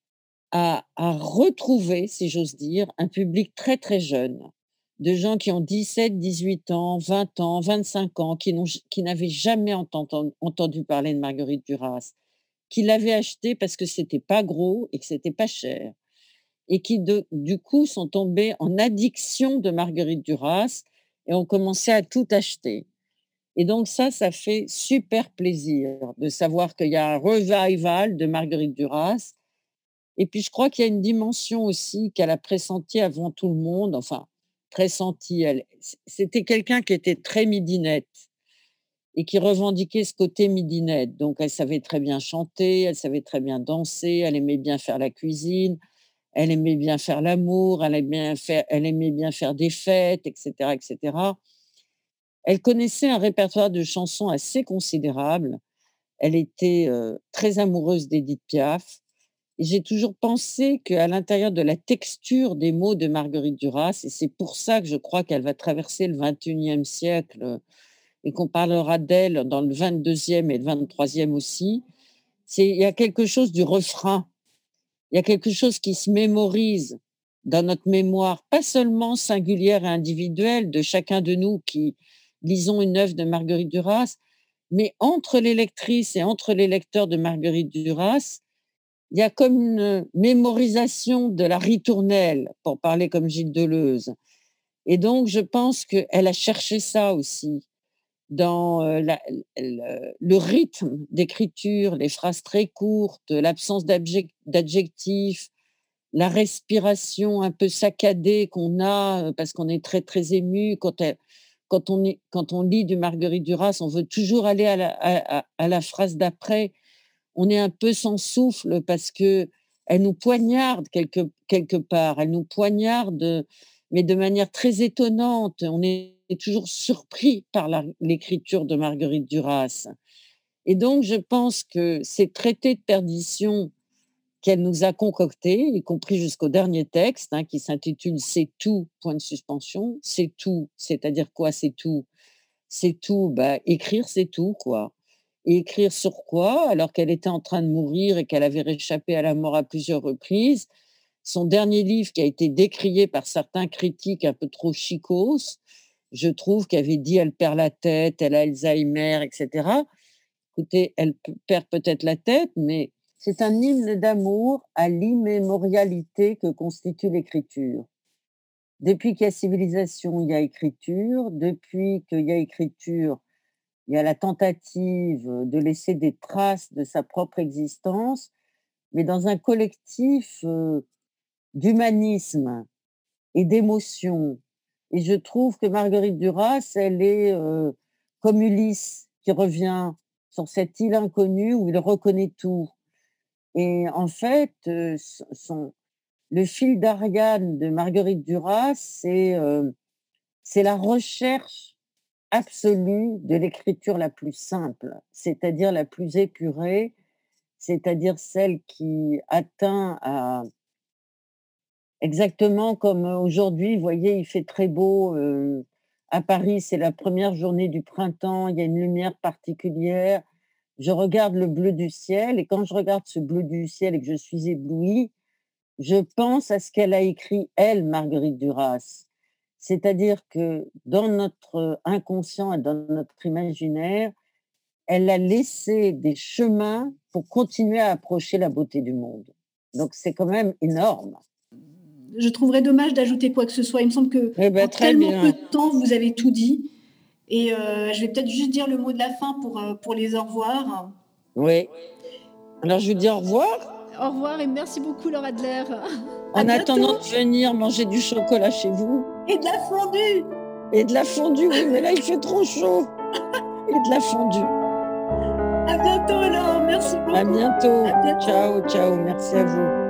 a retrouvé, si j'ose dire, un public très, très jeune, de gens qui ont 17, 18 ans, 20 ans, 25 ans, qui n'avaient jamais entendu parler de Marguerite Duras, qui l'avaient acheté parce que c'était pas gros et que c'était pas cher. et qui, du coup, sont tombés en addiction de Marguerite Duras et ont commencé à tout acheter. Et donc ça fait super plaisir de savoir qu'il y a un revival de Marguerite Duras. Et puis je crois qu'il y a une dimension aussi qu'elle a pressentie avant tout le monde, enfin pressentie, c'était quelqu'un qui était très midinette et qui revendiquait ce côté midinette. Donc elle savait très bien chanter, elle savait très bien danser, elle aimait bien faire la cuisine, elle aimait bien faire l'amour, elle aimait bien faire des fêtes, etc., etc. Elle connaissait un répertoire de chansons assez considérable. Elle était très amoureuse d'Édith Piaf. Et j'ai toujours pensé qu'à l'intérieur de la texture des mots de Marguerite Duras, et c'est pour ça que je crois qu'elle va traverser le XXIe siècle et qu'on parlera d'elle dans le 22e et le 23e aussi, il y a quelque chose du refrain, il y a quelque chose qui se mémorise dans notre mémoire, pas seulement singulière et individuelle de chacun de nous qui lisons une œuvre de Marguerite Duras, mais entre les lectrices et entre les lecteurs de Marguerite Duras, il y a comme une mémorisation de la ritournelle, pour parler comme Gilles Deleuze. Et donc, je pense qu'elle a cherché ça aussi dans le rythme d'écriture, les phrases très courtes, l'absence d'adjectifs, la respiration un peu saccadée qu'on a parce qu'on est très, très ému. Quand on lit du Marguerite Duras, on veut toujours aller à la phrase d'après. On est un peu sans souffle parce qu'elle nous poignarde quelque part. Elle nous poignarde, mais de manière très étonnante. On est toujours surpris par l'écriture de Marguerite Duras. Et donc, je pense que ces traités de perdition qu'elle nous a concoctés, y compris jusqu'au dernier texte, qui s'intitule « C'est tout, point de suspension ». C'est tout, c'est-à-dire quoi, c'est tout? C'est tout, écrire, c'est tout, quoi. Et écrire sur quoi? Alors qu'elle était en train de mourir et qu'elle avait réchappé à la mort à plusieurs reprises. Son dernier livre, qui a été décrié par certains critiques un peu trop chicos, je trouve, qui avait dit « Elle perd la tête, elle a Alzheimer, etc. » Écoutez, elle perd peut-être la tête, mais c'est un hymne d'amour à l'immémorialité que constitue l'écriture. Depuis qu'il y a civilisation, il y a écriture. Depuis qu'il y a écriture, il y a la tentative de laisser des traces de sa propre existence, mais dans un collectif d'humanisme et d'émotion. Et je trouve que Marguerite Duras, elle est comme Ulysse qui revient sur cette île inconnue où il reconnaît tout. Et en fait, le fil d'Ariane de Marguerite Duras, c'est la recherche absolue de l'écriture la plus simple, c'est-à-dire la plus épurée, c'est-à-dire celle qui atteint à exactement comme aujourd'hui, vous voyez, il fait très beau à Paris, c'est la première journée du printemps, il y a une lumière particulière. Je regarde le bleu du ciel et quand je regarde ce bleu du ciel et que je suis éblouie, je pense à ce qu'elle a écrit, elle, Marguerite Duras. C'est-à-dire que dans notre inconscient et dans notre imaginaire, elle a laissé des chemins pour continuer à approcher la beauté du monde. Donc c'est quand même énorme. Je trouverais dommage d'ajouter quoi que ce soit. Il me semble que en tellement peu de temps, vous avez tout dit. Et je vais peut-être juste dire le mot de la fin pour les au revoir. Oui. Alors je vous dis au revoir. Au revoir et merci beaucoup Laure Adler. En attendant de venir manger du chocolat chez vous. Et de la fondue. Et de la fondue, oui, mais là il fait trop chaud. Et de la fondue. À bientôt alors, merci beaucoup. À bientôt. Ciao, ciao, merci à vous.